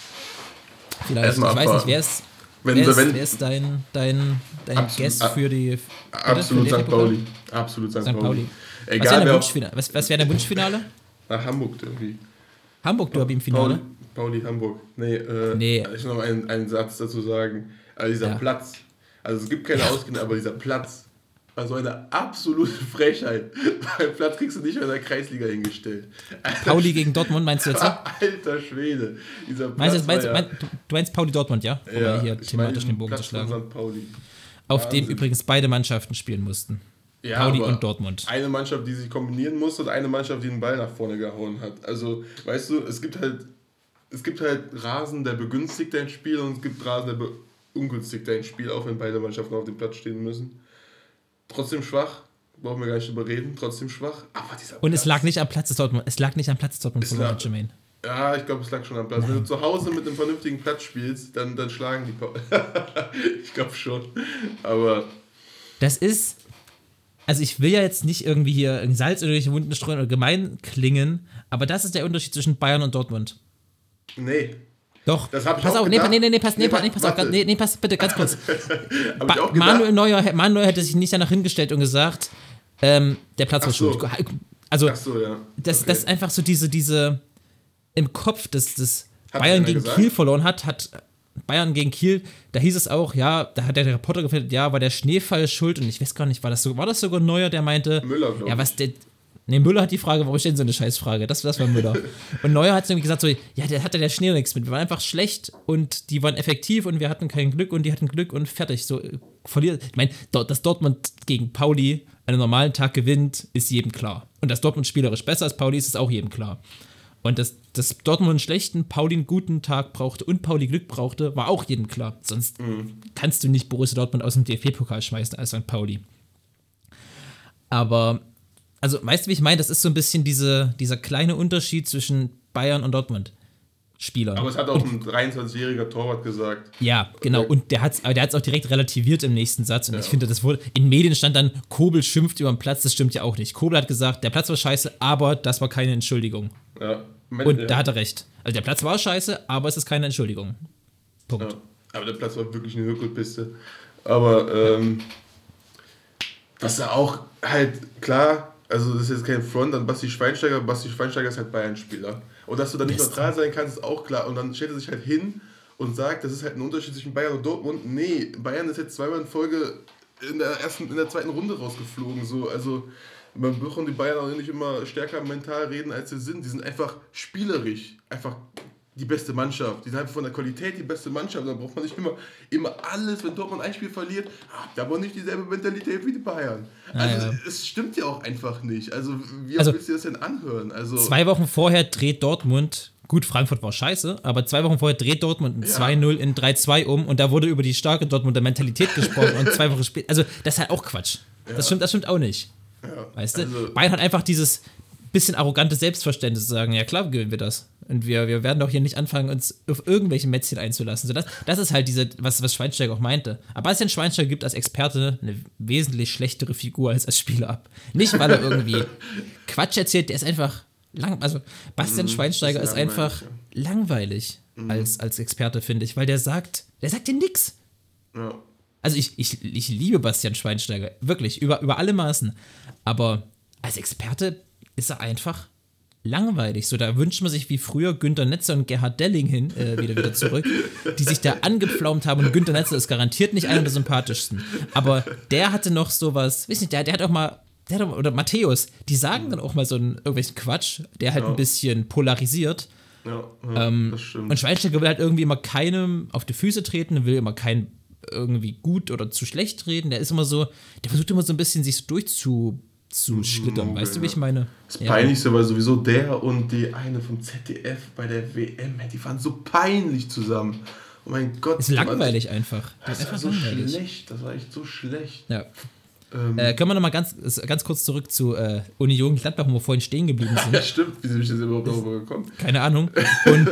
Vielleicht. Erstmal Ich weiß abwarten. nicht, wer ist, Wenn, wer ist, wenn, wer ist dein, dein, dein Absolut, Guest a- für die absolut für Sankt den Pokal? Pauli. Absolut Sankt Sankt Pauli. Pauli. Was wäre Egal, dein wer Wunschfinale? Was, was wäre dein Wunschfinale? nach Hamburg irgendwie. Hamburg-Derby im Finale? Pauli, Pauli Hamburg. Nee, äh, Nee. ich will noch einen, einen Satz dazu sagen. Also dieser Ja. Platz. Also es gibt keine Ausgänge, aber dieser Platz war so eine absolute Frechheit. Weil Platz kriegst du nicht mehr in der Kreisliga hingestellt. Pauli gegen Dortmund, meinst du jetzt? Ja? Alter Schwede. Dieser Platz Meinst du, meinst, war meinst, du du meinst Pauli Dortmund, ja? Um ja, mal hier ich meine thematisch diesen den Bogen zu Platz von schlagen. Sankt Pauli. Auf dem Wahnsinn. übrigens beide Mannschaften spielen mussten. Ja, Pauli aber und Dortmund. Eine Mannschaft, die sich kombinieren musste und eine Mannschaft, die den Ball nach vorne gehauen hat. Also, weißt du, es gibt halt, es gibt halt Rasen, der begünstigt dein Spiel und es gibt Rasen, der beungünstigt dein Spiel, auch wenn beide Mannschaften auf dem Platz stehen müssen. Trotzdem schwach, brauchen wir gar nicht drüber reden, trotzdem schwach. Aber dieser Und es Platz- lag nicht am Platz des Dortmund. Es lag nicht am Platz des Dortmund Es verloren, lag- Jermaine. Ja, ich glaube, es lag schon am Platz. Wenn du zu Hause mit einem vernünftigen Platz spielst, dann, dann schlagen die Pauli. Ich glaube schon. Aber Das ist. Also ich will ja jetzt nicht irgendwie hier ein Salz in irgendwelche Wunden streuen oder gemein klingen, aber das ist der Unterschied zwischen Bayern und Dortmund. nee. Doch. Das hab ich pass auch auf, nee, gedacht. nee, nee, nee, pass, nee, Nee, pass, nee, pass auf, warte. nee, nee, pass bitte ganz kurz. Hab ich Ba- auch gedacht. Manuel Neuer, Manuel Neuer hätte sich nicht danach hingestellt und gesagt, ähm, der Platz Ach war so. schuld. Also, Ach so, ja. das, Okay. das ist einfach so diese, diese im Kopf, dass das Hat Bayern einer gegen gesagt? Kiel verloren hat, hat Bayern gegen Kiel, da hieß es auch, ja, da hat der Reporter gefragt, ja, war der Schneefall schuld und ich weiß gar nicht, war das so, war das sogar Neuer, der meinte, Müller, glaub ja, ich. was der, nee, Müller hat die Frage, warum stellen so eine Scheißfrage, das, das war Müller. Und Neuer hat irgendwie gesagt so, ja, der hatte der Schnee nichts mit, wir waren einfach schlecht und die waren effektiv und wir hatten kein Glück und die hatten Glück und fertig, so, äh, verliert, ich meine, dort- dass Dortmund gegen Pauli an einem normalen Tag gewinnt, ist jedem klar. Und dass Dortmund spielerisch besser als Pauli ist, ist auch jedem klar. Und dass, dass Dortmund einen schlechten, Pauli einen guten Tag brauchte und Pauli Glück brauchte, war auch jedem klar. Sonst kannst du nicht Borussia Dortmund aus dem D F B-Pokal schmeißen als Sankt Pauli. Aber, also, weißt du, wie ich meine? Das ist so ein bisschen diese, dieser kleine Unterschied zwischen Bayern und Dortmund. Spielern. Aber es hat auch ein dreiundzwanzigjähriger Torwart gesagt. Ja, genau. Okay. Und der hat es der hat's auch direkt relativiert im nächsten Satz. Und ich finde, das wurde. In Medien stand dann, Kobel schimpft über den Platz. Das stimmt ja auch nicht. Kobel hat gesagt, der Platz war scheiße, aber das war keine Entschuldigung. Ja. Und ja. da hat er recht. Also der Platz war scheiße, aber es ist keine Entschuldigung. Punkt. Ja. Aber der Platz war wirklich eine Hürkelpiste. Aber ähm, dass er auch halt, klar, also das ist jetzt kein Front an Basti Schweinsteiger, Basti Schweinsteiger ist halt Bayern-Spieler. Und dass du da nicht Beste. neutral sein kannst, ist auch klar. Und dann stellt er sich halt hin und sagt, das ist halt ein Unterschied zwischen Bayern und Dortmund. Nee, Bayern ist jetzt zweimal in Folge in der ersten, in der zweiten Runde rausgeflogen. So. Also man braucht die Bayern auch nicht immer stärker mental reden, als sie sind. Die sind einfach spielerisch, einfach die beste Mannschaft. Die sind einfach von der Qualität die beste Mannschaft. Da braucht man nicht immer, immer alles, wenn Dortmund ein Spiel verliert, habt ihr aber nicht dieselbe Mentalität wie die Bayern. Also ja. es stimmt ja auch einfach nicht. Also wie Also, willst du das denn anhören? Also, Zwei Wochen vorher dreht Dortmund, gut, Frankfurt war scheiße, aber zwei Wochen vorher dreht Dortmund ein Ja. zwei null in drei zwei um und da wurde über die starke Dortmunder Mentalität gesprochen und zwei Wochen später, also das ist halt auch Quatsch. Ja. Das stimmt, das stimmt auch nicht. ja, Weißt du? also, Bayern hat einfach dieses bisschen arrogante Selbstverständnis zu sagen, ja klar gewinnen wir das. Und wir, wir werden doch hier nicht anfangen, uns auf irgendwelche Mätzchen einzulassen. So das, das ist halt diese, was, was Schweinsteiger auch meinte. Aber Bastian Schweinsteiger gibt als Experte eine wesentlich schlechtere Figur als als Spieler ab. Nicht, weil er irgendwie Quatsch erzählt, der ist einfach lang, also Bastian Mhm, Schweinsteiger ist ist einfach langweilig als, als Experte, finde ich, weil der sagt, der sagt dir nix. ja. Also ich, ich, ich liebe Bastian Schweinsteiger, wirklich, über, über alle Maßen. Aber als Experte ist er einfach langweilig. So, da wünscht man sich wie früher Günter Netzer und Gerhard Delling hin, äh, wieder wieder zurück, die sich da angepflaumt haben. Und Günter Netzer ist garantiert nicht einer der sympathischsten. Aber der hatte noch sowas, weiß nicht, der, der hat auch mal, der hat auch, oder Matthäus, die sagen dann auch mal so einen irgendwelchen Quatsch, der halt Ja. ein bisschen polarisiert. Ja, ja Ähm, das stimmt. Und Schweinsteiger will halt irgendwie immer keinem auf die Füße treten, will immer keinen irgendwie gut oder zu schlecht reden. Der ist immer so, der versucht immer so ein bisschen sich so durchzu zu schlittern. Okay, Weißt du, wie ja. ich meine? Das Ja. Peinlichste war sowieso der und die eine vom Z D F bei der W M. Die waren so peinlich zusammen. Oh mein Gott. Ist langweilig einfach. Das, ist das war einfach so langweilig. schlecht. Das war echt so schlecht. Ja. Ähm, Äh, können wir nochmal ganz, ganz kurz zurück zu äh, Union Gladbach, wo wir vorhin stehen geblieben ja, sind. stimmt. Wie bin ich jetzt überhaupt darüber gekommen? Keine Ahnung. Und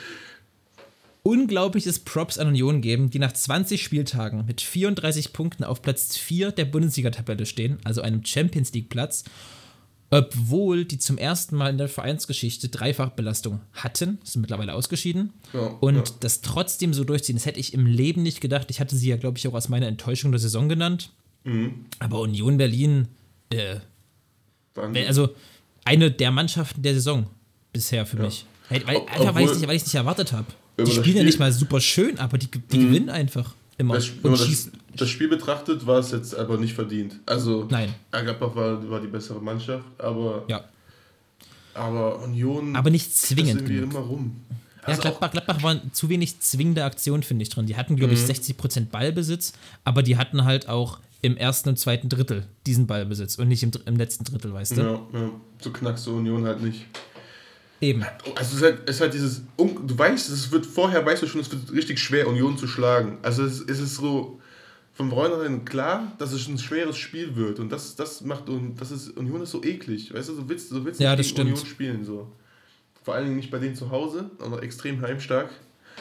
unglaubliches Props an Union geben, die nach zwanzig Spieltagen mit vierunddreißig Punkten auf Platz vier der Bundesliga-Tabelle stehen, also einem Champions-League-Platz, obwohl die zum ersten Mal in der Vereinsgeschichte Dreifachbelastung hatten, sind mittlerweile ausgeschieden, Ja, und ja. das trotzdem so durchziehen. Das hätte ich im Leben nicht gedacht. Ich hatte sie ja, glaube ich, auch als meine Enttäuschung der Saison genannt. Mhm. Aber Union Berlin, äh, Wahnsinn. also eine der Mannschaften der Saison bisher für Ja. mich. Weil, weil, Ob- einfach, weil ich obwohl- es nicht, weil ich's nicht erwartet habe. Wenn Die man das spielen ja Spiel- nicht mal super schön, aber die, die Mhm. gewinnen einfach immer. Das, wenn und man schießen. das, das Spiel betrachtet, war es jetzt aber nicht verdient. Also, Nein. ja, Gladbach war, war die bessere Mannschaft, aber, Ja. aber Union Aber nicht ist zwingend irgendwie genug. immer rum. Ja, Also auch- Gladbach, Gladbach waren zu wenig zwingende Aktionen, finde ich, drin. Die hatten, glaube ich, Mhm. sechzig Prozent Ballbesitz, aber die hatten halt auch im ersten und zweiten Drittel diesen Ballbesitz und nicht im, dr- im letzten Drittel, weißt du? Ja, ja, so knackst du Union halt nicht. Eben. Also es ist halt, es ist halt dieses, un- du weißt, es wird vorher, weißt du schon, es wird richtig schwer, Union zu schlagen. Also es, es ist so von vornherein klar, dass es ein schweres Spiel wird und das, das macht, und das ist, Union ist so eklig, weißt du, so willst du willst Ja, nicht das gegen stimmt. Union spielen, so. Vor allen Dingen nicht bei denen zu Hause, aber extrem heimstark.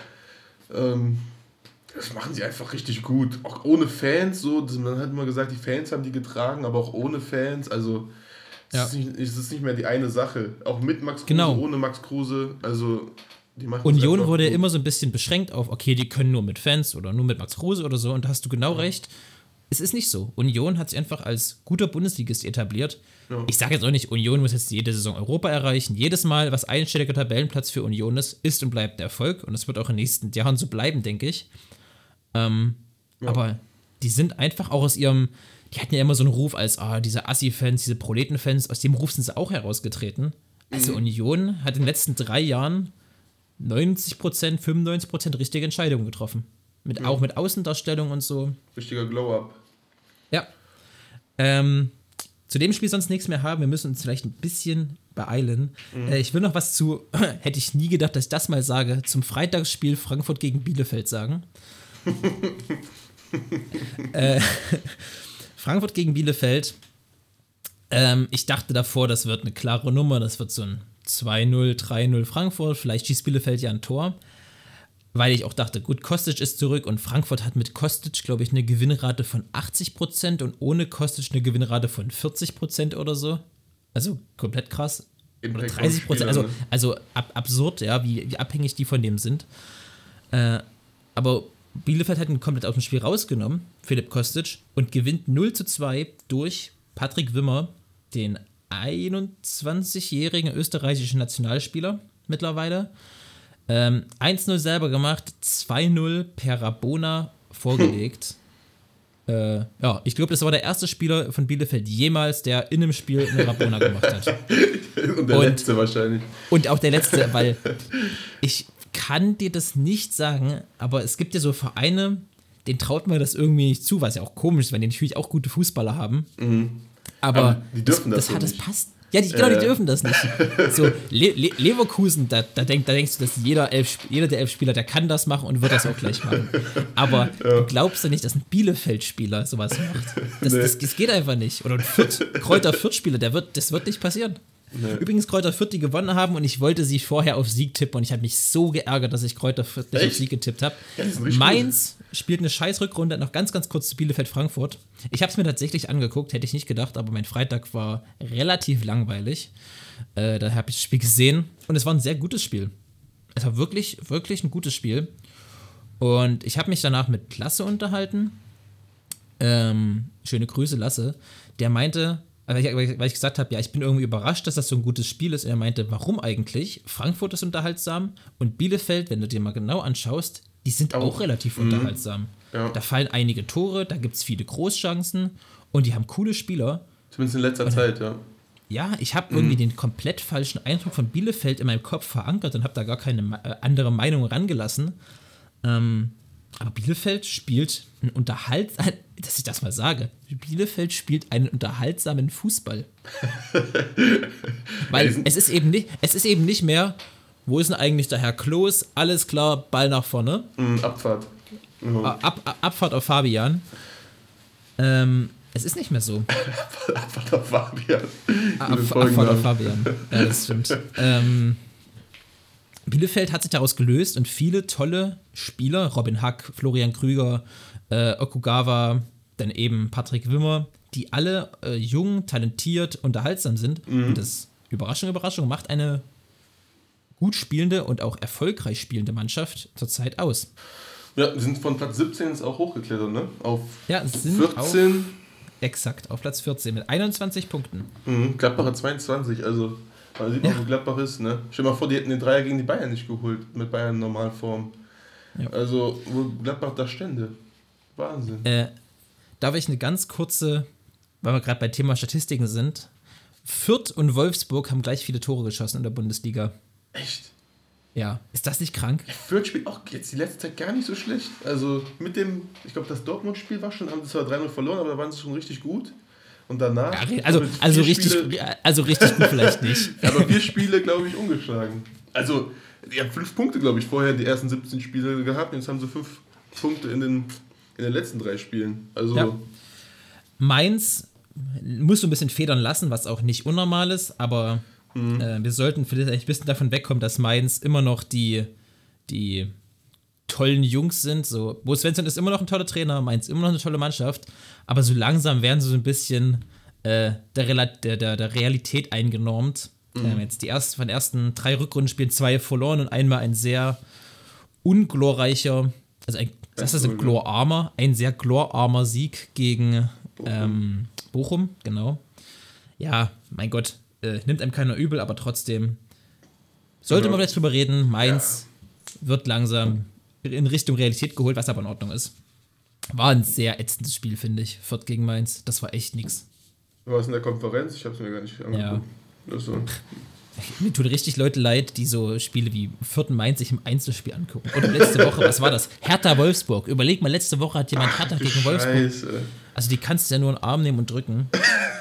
Ähm, das machen sie einfach richtig gut, auch ohne Fans, so, das, man hat immer gesagt, die Fans haben die getragen, aber auch ohne Fans, also es, Ja. ist, nicht, es ist nicht mehr die eine Sache, auch mit Max Kruse, Genau. ohne Max Kruse, also die machen es Union einfach wurde gut. immer so ein bisschen beschränkt auf, okay, die können nur mit Fans oder nur mit Max Kruse oder so, und da hast du genau recht. Es ist nicht so. Union hat sich einfach als guter Bundesligist etabliert. Ja. Ich sage jetzt auch nicht, Union muss jetzt jede Saison Europa erreichen. Jedes Mal, was einstelliger Tabellenplatz für Union ist, ist und bleibt der Erfolg. Und das wird auch in den nächsten Jahren so bleiben, denke ich. Ähm, Ja. Aber die sind einfach auch aus ihrem, die hatten ja immer so einen Ruf als, ah, diese Assi-Fans, diese Proleten-Fans, aus dem Ruf sind sie auch herausgetreten. Also Union hat in den letzten drei Jahren neunzig Prozent, fünfundneunzig Prozent richtige Entscheidungen getroffen. Mit, Auch mit Außendarstellung und so. Richtiger Glow-Up. Ja. Ähm, zu dem Spiel sonst nichts mehr haben. Wir müssen uns vielleicht ein bisschen beeilen. Äh, ich will noch was zu, hätte ich nie gedacht, dass ich das mal sage, zum Freitagsspiel Frankfurt gegen Bielefeld sagen. äh, Frankfurt gegen Bielefeld. Ähm, ich dachte davor, das wird eine klare Nummer. Das wird so ein zwei null, drei null Frankfurt. Vielleicht schießt Bielefeld ja ein Tor. Weil ich auch dachte, gut, Kostic ist zurück und Frankfurt hat mit Kostic, glaube ich, eine Gewinnrate von achtzig Prozent und ohne Kostic eine Gewinnrate von vierzig Prozent oder so. Also komplett krass. Oder Impact vom dreißig Prozent, Spieler, also, ne? also ab, absurd, ja, wie, wie abhängig die von dem sind. Äh, aber Bielefeld hat ihn komplett aus dem Spiel rausgenommen, Philipp Kostic, und gewinnt null zu zwei durch Patrick Wimmer, den einundzwanzigjährigen österreichischen Nationalspieler mittlerweile. Ähm, eins null selber gemacht, zwei null per Rabona vorgelegt. Äh, ja, ich glaube, das war der erste Spieler von Bielefeld jemals, der in einem Spiel eine Rabona gemacht hat. Und der und, letzte wahrscheinlich. Und auch der letzte, weil ich kann dir das nicht sagen, aber es gibt ja so Vereine, denen traut man das irgendwie nicht zu, was ja auch komisch ist, weil die natürlich auch gute Fußballer haben. Mhm. Aber, aber die dürfen das, das, das, so hat, das nicht. passt. Ja, die, genau, äh. die dürfen das nicht. So, Le- Le- Leverkusen, da, da, denk, da denkst du, dass jeder, elf, jeder der elf Spieler, der kann das machen und wird das auch gleich machen. Aber ja. Du glaubst ja nicht, dass ein Bielefeld-Spieler sowas macht. Das, nee. das, das geht einfach nicht. Oder ein Fürth, Kräuter Fürth-Spieler, der wird, das wird nicht passieren. Nee. Übrigens Kräuter Fürth, die gewonnen haben und ich wollte sie vorher auf Sieg tippen und ich habe mich so geärgert, dass ich Kräuter Fürth nicht auf Sieg getippt habe. Ja, Mainz gut. Spielt eine scheiß Rückrunde, noch ganz, ganz kurz zu Bielefeld-Frankfurt. Ich habe es mir tatsächlich angeguckt, hätte ich nicht gedacht, aber mein Freitag war relativ langweilig. Äh, da habe ich das Spiel gesehen und es war ein sehr gutes Spiel. Es war wirklich, wirklich ein gutes Spiel. Und ich habe mich danach mit Lasse unterhalten. Ähm, schöne Grüße, Lasse. Der meinte, weil ich, weil ich gesagt habe, ja, ich bin irgendwie überrascht, dass das so ein gutes Spiel ist. Und er meinte, warum eigentlich? Frankfurt ist unterhaltsam und Bielefeld, wenn du dir mal genau anschaust, die sind auch, auch relativ mhm. unterhaltsam. Ja. Da fallen einige Tore, da gibt es viele Großchancen und die haben coole Spieler. Zumindest in letzter und, Zeit, ja. Ja, ich habe mhm. irgendwie den komplett falschen Eindruck von Bielefeld in meinem Kopf verankert und habe da gar keine äh, andere Meinung rangelassen. Ähm, aber Bielefeld spielt einen unterhaltsamen, dass ich das mal sage, Bielefeld spielt einen unterhaltsamen Fußball. Weil es ist eben nicht, es ist eben nicht mehr, wo ist denn eigentlich der Herr Klos? Alles klar, Ball nach vorne. Mm, Abfahrt. Mhm. Ab, ab, Abfahrt auf Fabian. Ähm, es ist nicht mehr so. Abfahrt auf Fabian. Ab, Abfahrt auf Fabian. Ja, das stimmt. ähm, Bielefeld hat sich daraus gelöst und viele tolle Spieler, Robin Hack, Florian Krüger, äh, Okugawa, dann eben Patrick Wimmer, die alle äh, jung, talentiert, unterhaltsam sind. Mhm. Und das, Überraschung, Überraschung, macht eine gut spielende und auch erfolgreich spielende Mannschaft zurzeit aus. Ja, die sind von Platz siebzehn jetzt auch hochgeklettert, ne? Auf ja, sind vierzehn. Auf, exakt, auf Platz vierzehn mit einundzwanzig Punkten. Mhm, Gladbach hat zweiundzwanzig, also da sieht man, ja. wo Gladbach ist, ne? Stell dir mal vor, die hätten den Dreier gegen die Bayern nicht geholt, mit Bayern in Normalform. Ja. Also, wo Gladbach da stände. Wahnsinn. Äh, darf ich eine ganz kurze, weil wir gerade bei Thema Statistiken sind, Fürth und Wolfsburg haben gleich viele Tore geschossen in der Bundesliga. Echt? Ja. Ist das nicht krank? Fürth spielt auch jetzt die letzte Zeit gar nicht so schlecht. Also mit dem, ich glaube, das Dortmund-Spiel war schon, haben sie zwar drei null verloren, aber da waren sie schon richtig gut. Und danach... Ja, also also richtig, Spiele, also richtig gut vielleicht nicht. Aber vier Spiele, glaube ich, ungeschlagen. Also, die haben fünf Punkte, glaube ich, vorher die ersten siebzehn Spiele gehabt. Jetzt haben sie fünf Punkte in den, in den letzten drei Spielen. Also... Ja. Mainz musst du ein bisschen federn lassen, was auch nicht unnormal ist, aber... Mhm. Äh, wir sollten vielleicht ein bisschen davon wegkommen, dass Mainz immer noch die, die tollen Jungs sind. So, Bo Svensson ist immer noch ein toller Trainer, Mainz immer noch eine tolle Mannschaft, aber so langsam werden sie so ein bisschen äh, der, der, der, der Realität eingenormt. Mhm. Ähm, jetzt die ersten, von den ersten drei Rückrundenspielen zwei verloren und einmal ein sehr unglorreicher, also ein, das ist ein glorarmer, ein sehr glorarmer Sieg gegen Bochum. Ähm, Bochum, genau. Ja, mein Gott. Äh, nimmt einem keiner übel, aber trotzdem sollte ja. man vielleicht drüber reden. Mainz ja. wird langsam in Richtung Realität geholt, was aber in Ordnung ist. War ein sehr ätzendes Spiel, finde ich. Fürth gegen Mainz, das war echt nix. Du warst in der Konferenz? Ich habe es mir gar nicht angeguckt. Ja. Also. Mir tut richtig Leute leid, die so Spiele wie Fürth und Mainz sich im Einzelspiel angucken. Oder letzte Woche, was war das? Hertha Wolfsburg. Überleg mal, letzte Woche hat jemand Ach, Hertha gegen Wolfsburg. Scheiße. Also die kannst du ja nur in den Arm nehmen und drücken.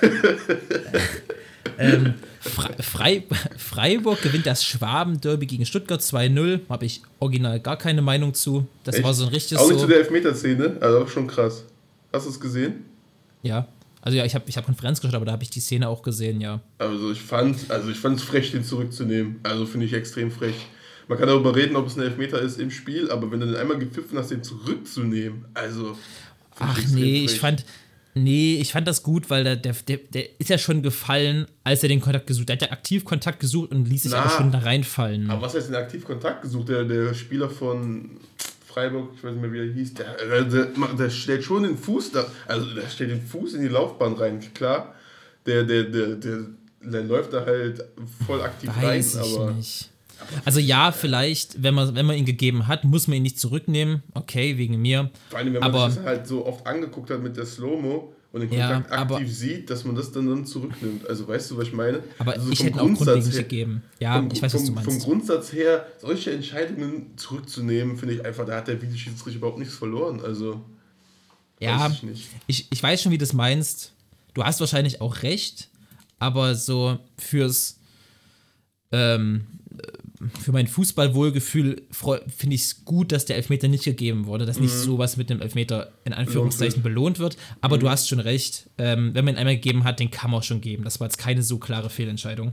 ähm, Fre- Fre- Freiburg gewinnt das Schwaben-Derby gegen Stuttgart zwei null. Habe ich original gar keine Meinung zu. Das Echt? war so ein richtiges... Auch nicht so zu der Elfmeterszene, also auch schon krass. Hast du es gesehen? Ja. Also ja, ich habe ich hab Konferenz geschaut, aber da habe ich die Szene auch gesehen, ja. Also ich fand also ich fand es frech, den zurückzunehmen. Also finde ich extrem frech. Man kann darüber reden, ob es ein Elfmeter ist im Spiel, aber wenn du den einmal gepfiffen hast, den zurückzunehmen, also... Ach nee, frech. ich fand... Nee, ich fand das gut, weil der, der, der, der ist ja schon gefallen, als er den Kontakt gesucht hat. Der hat ja aktiv Kontakt gesucht und ließ sich Na, aber schon da reinfallen. Aber was heißt denn aktiv Kontakt gesucht? Der, der Spieler von Freiburg, ich weiß nicht mehr, wie er hieß, der, der, der stellt schon den Fuß da, also der stellt den Fuß in die Laufbahn rein, klar. Der, der, der, der, der läuft da halt voll aktiv weiß rein, ich aber... Nicht. Also ja, vielleicht, wenn man, wenn man ihn gegeben hat, muss man ihn nicht zurücknehmen. Okay, wegen mir. Vor allem, wenn man aber, sich das halt so oft angeguckt hat mit der Slow-Mo und den ja, Kontakt aktiv aber, sieht, dass man das dann, dann zurücknimmt. Also weißt du, was ich meine? Aber also ich vom hätte auch grundlegend her, gegeben. Ja, vom, ich weiß, was vom, du meinst. Vom Grundsatz her, solche Entscheidungen zurückzunehmen, finde ich einfach, da hat der Videoschiedsrichter überhaupt nichts verloren. Also, ja, weiß ich, nicht. Ich, ich weiß schon, wie du das meinst. Du hast wahrscheinlich auch recht, aber so fürs ähm, für mein Fußballwohlgefühl finde ich es gut, dass der Elfmeter nicht gegeben wurde, dass mhm. nicht sowas mit dem Elfmeter in Anführungszeichen belohnt wird. Aber mhm. du hast schon recht, ähm, wenn man ihn einmal gegeben hat, den kann man auch schon geben. Das war jetzt keine so klare Fehlentscheidung.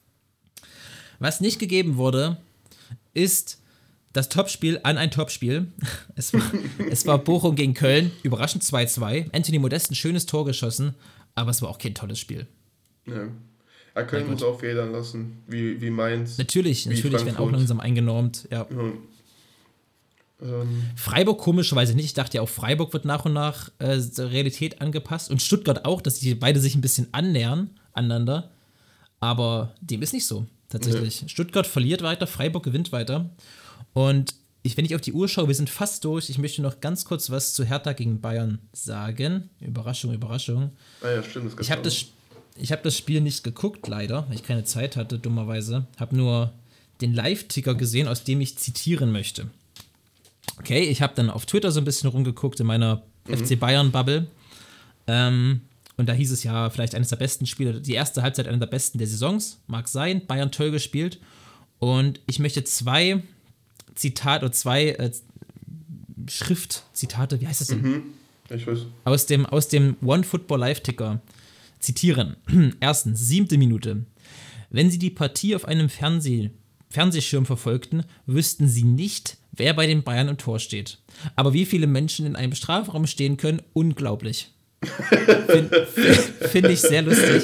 Was nicht gegeben wurde, ist das Topspiel an ein Topspiel. Es war, es war Bochum gegen Köln, überraschend zwei zwei. Anthony Modest ein schönes Tor geschossen, aber es war auch kein tolles Spiel. Ja. Ja, Köln muss auch federn lassen, wie, wie Mainz. Natürlich, wie natürlich werden auch langsam eingenormt. Ja. Ja. Ähm. Freiburg komischerweise nicht. Ich dachte ja auch, Freiburg wird nach und nach äh, der Realität angepasst. Und Stuttgart auch, dass die beide sich ein bisschen annähern aneinander. Aber dem ist nicht so, tatsächlich. Ja. Stuttgart verliert weiter, Freiburg gewinnt weiter. Und ich, wenn ich auf die Uhr schaue, wir sind fast durch. Ich möchte noch ganz kurz was zu Hertha gegen Bayern sagen. Überraschung, Überraschung. Ah ja, stimmt. Das ich habe das, hab das Spiel nicht geguckt, leider, weil ich keine Zeit hatte, dummerweise. Habe nur den Live-Ticker gesehen, aus dem ich zitieren möchte. Okay, ich habe dann auf Twitter so ein bisschen rumgeguckt in meiner mhm. F C Bayern-Bubble. Ähm, und da hieß es ja, vielleicht eines der besten Spiele, die erste Halbzeit einer der besten der Saisons. Mag sein, Bayern toll gespielt. Und ich möchte zwei Zitate oder zwei äh, Schriftzitate, wie heißt das denn? Mhm. Ich weiß. Aus dem, aus dem OneFootball Live-Ticker zitieren. Erstens, siebte Minute. Wenn Sie die Partie auf einem Fernseh, Fernsehschirm verfolgten, wüssten Sie nicht, wer bei den Bayern im Tor steht. Aber wie viele Menschen in einem Strafraum stehen können, unglaublich. Finde find ich sehr lustig.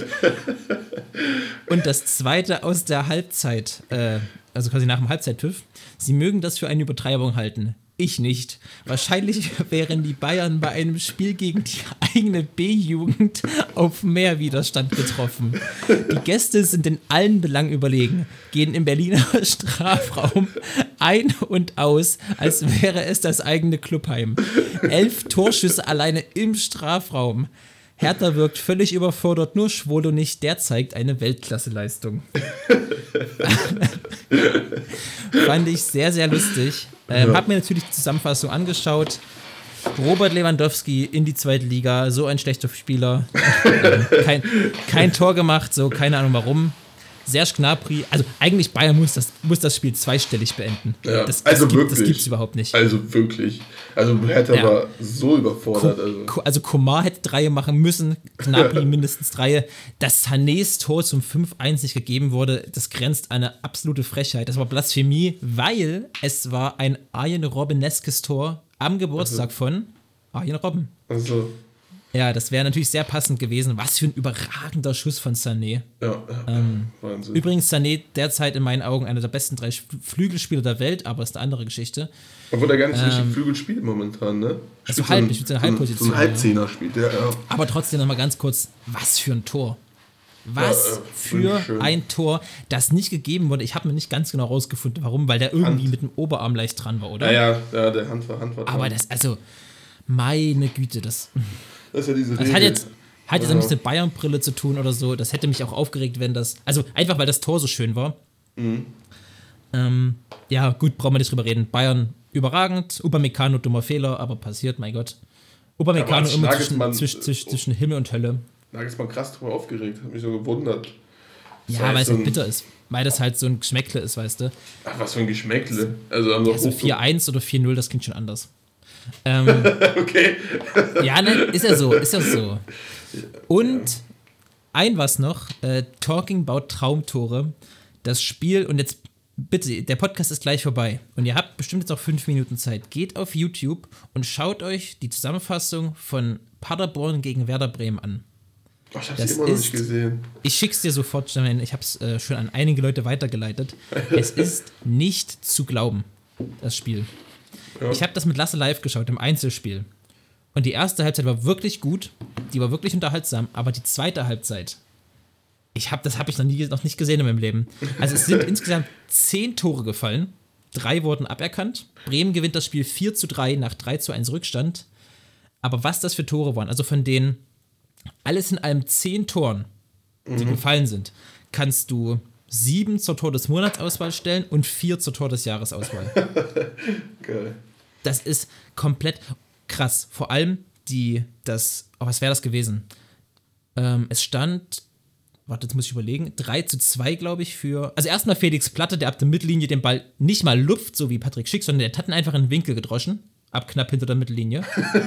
Und das zweite aus der Halbzeit, äh, also quasi nach dem Halbzeitpfiff. Sie mögen das für eine Übertreibung halten. Ich nicht. Wahrscheinlich wären die Bayern bei einem Spiel gegen die eigene B-Jugend auf mehr Widerstand getroffen. Die Gäste sind in allen Belangen überlegen, gehen im Berliner Strafraum ein und aus, als wäre es das eigene Clubheim. Elf Torschüsse alleine im Strafraum. Hertha wirkt völlig überfordert, nur Schwolo nicht, der zeigt eine Weltklasse-Leistung. Fand ich sehr, sehr lustig. Ähm, ja. Hab mir natürlich die Zusammenfassung angeschaut. Robert Lewandowski in die zweite Liga, so ein schlechter Spieler. ähm, kein, kein Tor gemacht, so keine Ahnung warum. Serge Gnabry, also eigentlich Bayern muss das, muss das Spiel zweistellig beenden. Ja, das, das also gibt, wirklich. Das gibt's überhaupt nicht. Also wirklich. Also Hertha ja. war so überfordert. Ko- also. also Komar hätte drei machen müssen, Gnabry mindestens drei. Dass Sanés Tor zum fünf eins nicht gegeben wurde, das grenzt an eine absolute Frechheit. Das war Blasphemie, weil es war ein Arjen Robbeneskes Tor am Geburtstag also. von Arjen Robben. Also. Ja, das wäre natürlich sehr passend gewesen. Was für ein überragender Schuss von Sané. Ja, ähm, Wahnsinn. Übrigens Sané derzeit in meinen Augen einer der besten drei Flügelspieler der Welt, aber ist eine andere Geschichte. Obwohl er gar nicht so ähm, richtig Flügel spielt momentan, ne? Also so halb, ich würde sagen Halbposition. So ein Halbzehner spielt, ja, ja. Aber trotzdem nochmal ganz kurz, was für ein Tor. Was ja, äh, für ein Tor, das nicht gegeben wurde. Ich habe mir nicht ganz genau rausgefunden, warum, weil der irgendwie Hand. mit dem Oberarm leicht dran war, oder? Ja, ja, ja der Hand war, Hand war dran. Aber das, also, meine Güte, das... Das ist ja diese das Regel. hat jetzt, hat jetzt ja. auch nichts mit Bayern-Brille zu tun oder so. Das hätte mich auch aufgeregt, wenn das... Also einfach, weil das Tor so schön war. Mhm. Ähm, ja, gut, brauchen wir nicht drüber reden. Bayern überragend. Upamecano, dummer Fehler, aber passiert, mein Gott. Upamecano immer zwischen, zwischen, zwischen, zwischen Himmel und Hölle. Nagelsmann krass drüber aufgeregt. Hat mich so gewundert. Das ja, weil es so halt bitter ist. Weil das halt so ein Geschmäckle ist, weißt du. Ach, was für ein Geschmäckle. Also, haben ja, so vier eins oder vier null, das klingt schon anders. Ähm, okay. Ja, ne, ist ja so, ist ja so. Und ja. ein was noch, äh, Talking about Traumtore, das Spiel, und jetzt bitte, der Podcast ist gleich vorbei und ihr habt bestimmt jetzt auch fünf Minuten Zeit. Geht auf YouTube und schaut euch die Zusammenfassung von Paderborn gegen Werder Bremen an. Oh, ich hab's das immer noch nicht gesehen. Ich schick's dir sofort, ich hab's äh, schon an einige Leute weitergeleitet. Es ist nicht zu glauben, das Spiel. Ja. Ich habe das mit Lasse live geschaut, im Einzelspiel. Und die erste Halbzeit war wirklich gut, die war wirklich unterhaltsam, aber die zweite Halbzeit, Ich habe das habe ich noch, nie, noch nicht gesehen in meinem Leben. Also es sind insgesamt zehn Tore gefallen. Drei wurden aberkannt. Bremen gewinnt das Spiel vier zu drei nach drei zu eins Rückstand. Aber was das für Tore waren, also von denen alles in allem zehn Toren, die mhm. gefallen sind, kannst du sieben zur Tor des Monatsauswahl stellen und vier zur Tor des Jahresauswahl. Geil. Das ist komplett krass. Vor allem die, das, oh, was wäre das gewesen? Ähm, es stand, warte, jetzt muss ich überlegen, drei zu zwei, glaube ich, für, also erstmal Felix Platte, der ab der Mittellinie den Ball nicht mal lupft, so wie Patrick Schick, sondern der hat ihn einfach in den Winkel gedroschen, ab knapp hinter der Mittellinie.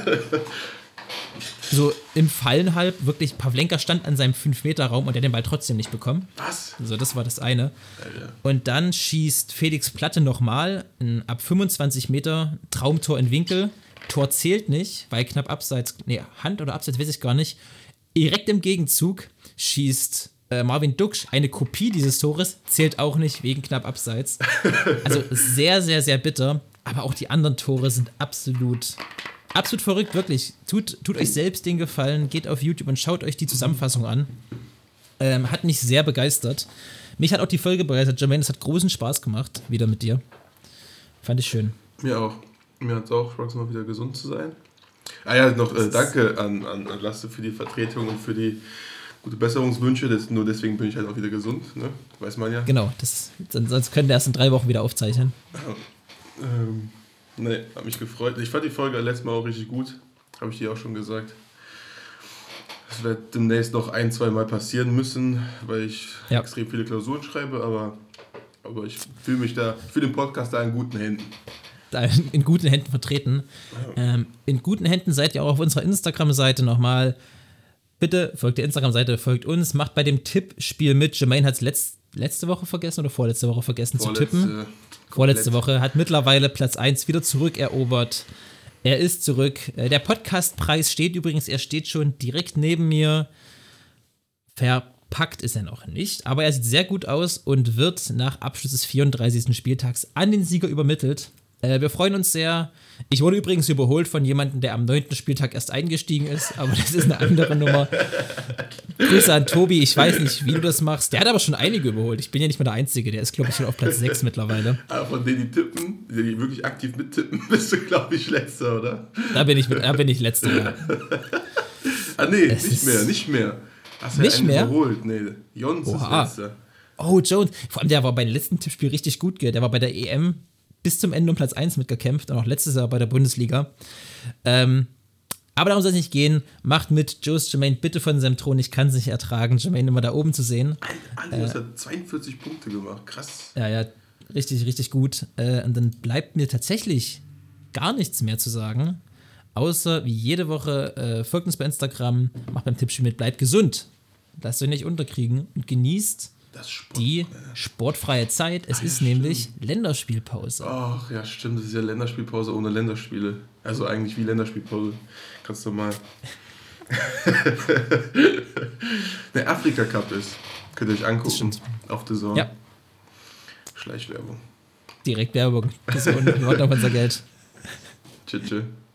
So im Fallen halb, wirklich, Pavlenka stand an seinem fünf Meter Raum und der hat den Ball trotzdem nicht bekommen. Was? So, das war das eine. Alter. Und dann schießt Felix Platte nochmal ab fünfundzwanzig Meter, Traumtor in Winkel. Tor zählt nicht, weil knapp abseits, nee, Hand oder Abseits, weiß ich gar nicht. Direkt im Gegenzug schießt äh, Marvin Duksch eine Kopie dieses Tores, zählt auch nicht, wegen knapp abseits. Also sehr, sehr, sehr bitter. Aber auch die anderen Tore sind absolut... Absolut verrückt, wirklich. Tut, tut euch selbst den Gefallen, geht auf YouTube und schaut euch die Zusammenfassung an. Ähm, hat mich sehr begeistert. Mich hat auch die Folge begeistert, Jermaine. Es hat großen Spaß gemacht, wieder mit dir. Fand ich schön. Mir auch. Mir hat es auch Spaß gemacht, wieder gesund zu sein. Ah ja, noch äh, danke an, an, an Lasse für die Vertretung und für die gute Besserungswünsche. Das, nur deswegen bin ich halt auch wieder gesund, ne? Weiß man ja. Genau, das, sonst können wir erst in drei Wochen wieder aufzeichnen. Ja. Ähm... Nee, hat mich gefreut. Ich fand die Folge letztes Mal auch richtig gut. Habe ich dir auch schon gesagt. Es wird demnächst noch ein, zwei Mal passieren müssen, weil ich ja. extrem viele Klausuren schreibe, aber, aber ich fühle mich da, für den Podcast da in guten Händen. Da in guten Händen vertreten. Ja. Ähm, in guten Händen seid ihr auch auf unserer Instagram-Seite nochmal. Bitte folgt der Instagram-Seite, folgt uns, macht bei dem Tippspiel mit. Jermaine hat es letzt, letzte Woche vergessen oder vorletzte Woche vergessen Vorletzte. zu tippen. Vorletzte Woche, hat mittlerweile Platz eins wieder zurückerobert. Er ist zurück. Der Podcastpreis steht übrigens, er steht schon direkt neben mir. Verpackt ist er noch nicht, aber er sieht sehr gut aus und wird nach Abschluss des vierunddreißigsten Spieltags an den Sieger übermittelt. Äh, wir freuen uns sehr. Ich wurde übrigens überholt von jemandem, der am neunten Spieltag erst eingestiegen ist, aber das ist eine andere Nummer. Grüße an Tobi, ich weiß nicht, wie du das machst. Der hat aber schon einige überholt. Ich bin ja nicht mehr der Einzige, der ist, glaube ich, schon auf Platz sechs mittlerweile. Aber von denen, die tippen, die wirklich aktiv mittippen, bist du, glaube ich, Letzter, oder? Da bin ich, da bin ich Letzter, ja. Ah, nee, es nicht mehr, nicht mehr. Hast du nicht ja einen mehr? überholt? Nee, Jons ist Letzter. Oh, Jones. Vor allem, der war beim letzten Tippspiel richtig gut, gell? Der war bei der E M bis zum Ende um Platz eins mitgekämpft und auch letztes Jahr bei der Bundesliga. Ähm, aber darum soll es nicht gehen. Macht mit, Joes Jermaine bitte von seinem Thron. Ich kann es nicht ertragen, Jermaine immer da oben zu sehen. Alter, das äh, hat zweiundvierzig Punkte gemacht. Krass. Ja, ja, richtig, richtig gut. Äh, und dann bleibt mir tatsächlich gar nichts mehr zu sagen, außer wie jede Woche äh, folgt uns bei Instagram, macht beim Tippspiel mit, bleibt gesund. Lasst euch nicht unterkriegen und genießt das Sport, die ja. sportfreie Zeit. Es ah, ja, ist stimmt. nämlich Länderspielpause. Ach ja, stimmt. Das ist ja Länderspielpause ohne Länderspiele. Also eigentlich wie Länderspielpause. Kannst du mal. Der Afrika-Cup ist. Könnt ihr euch angucken. Auf The Zone. Ja. Schleichwerbung. Direkt Werbung. Das ist wir warten auf unser Geld. Tschüss.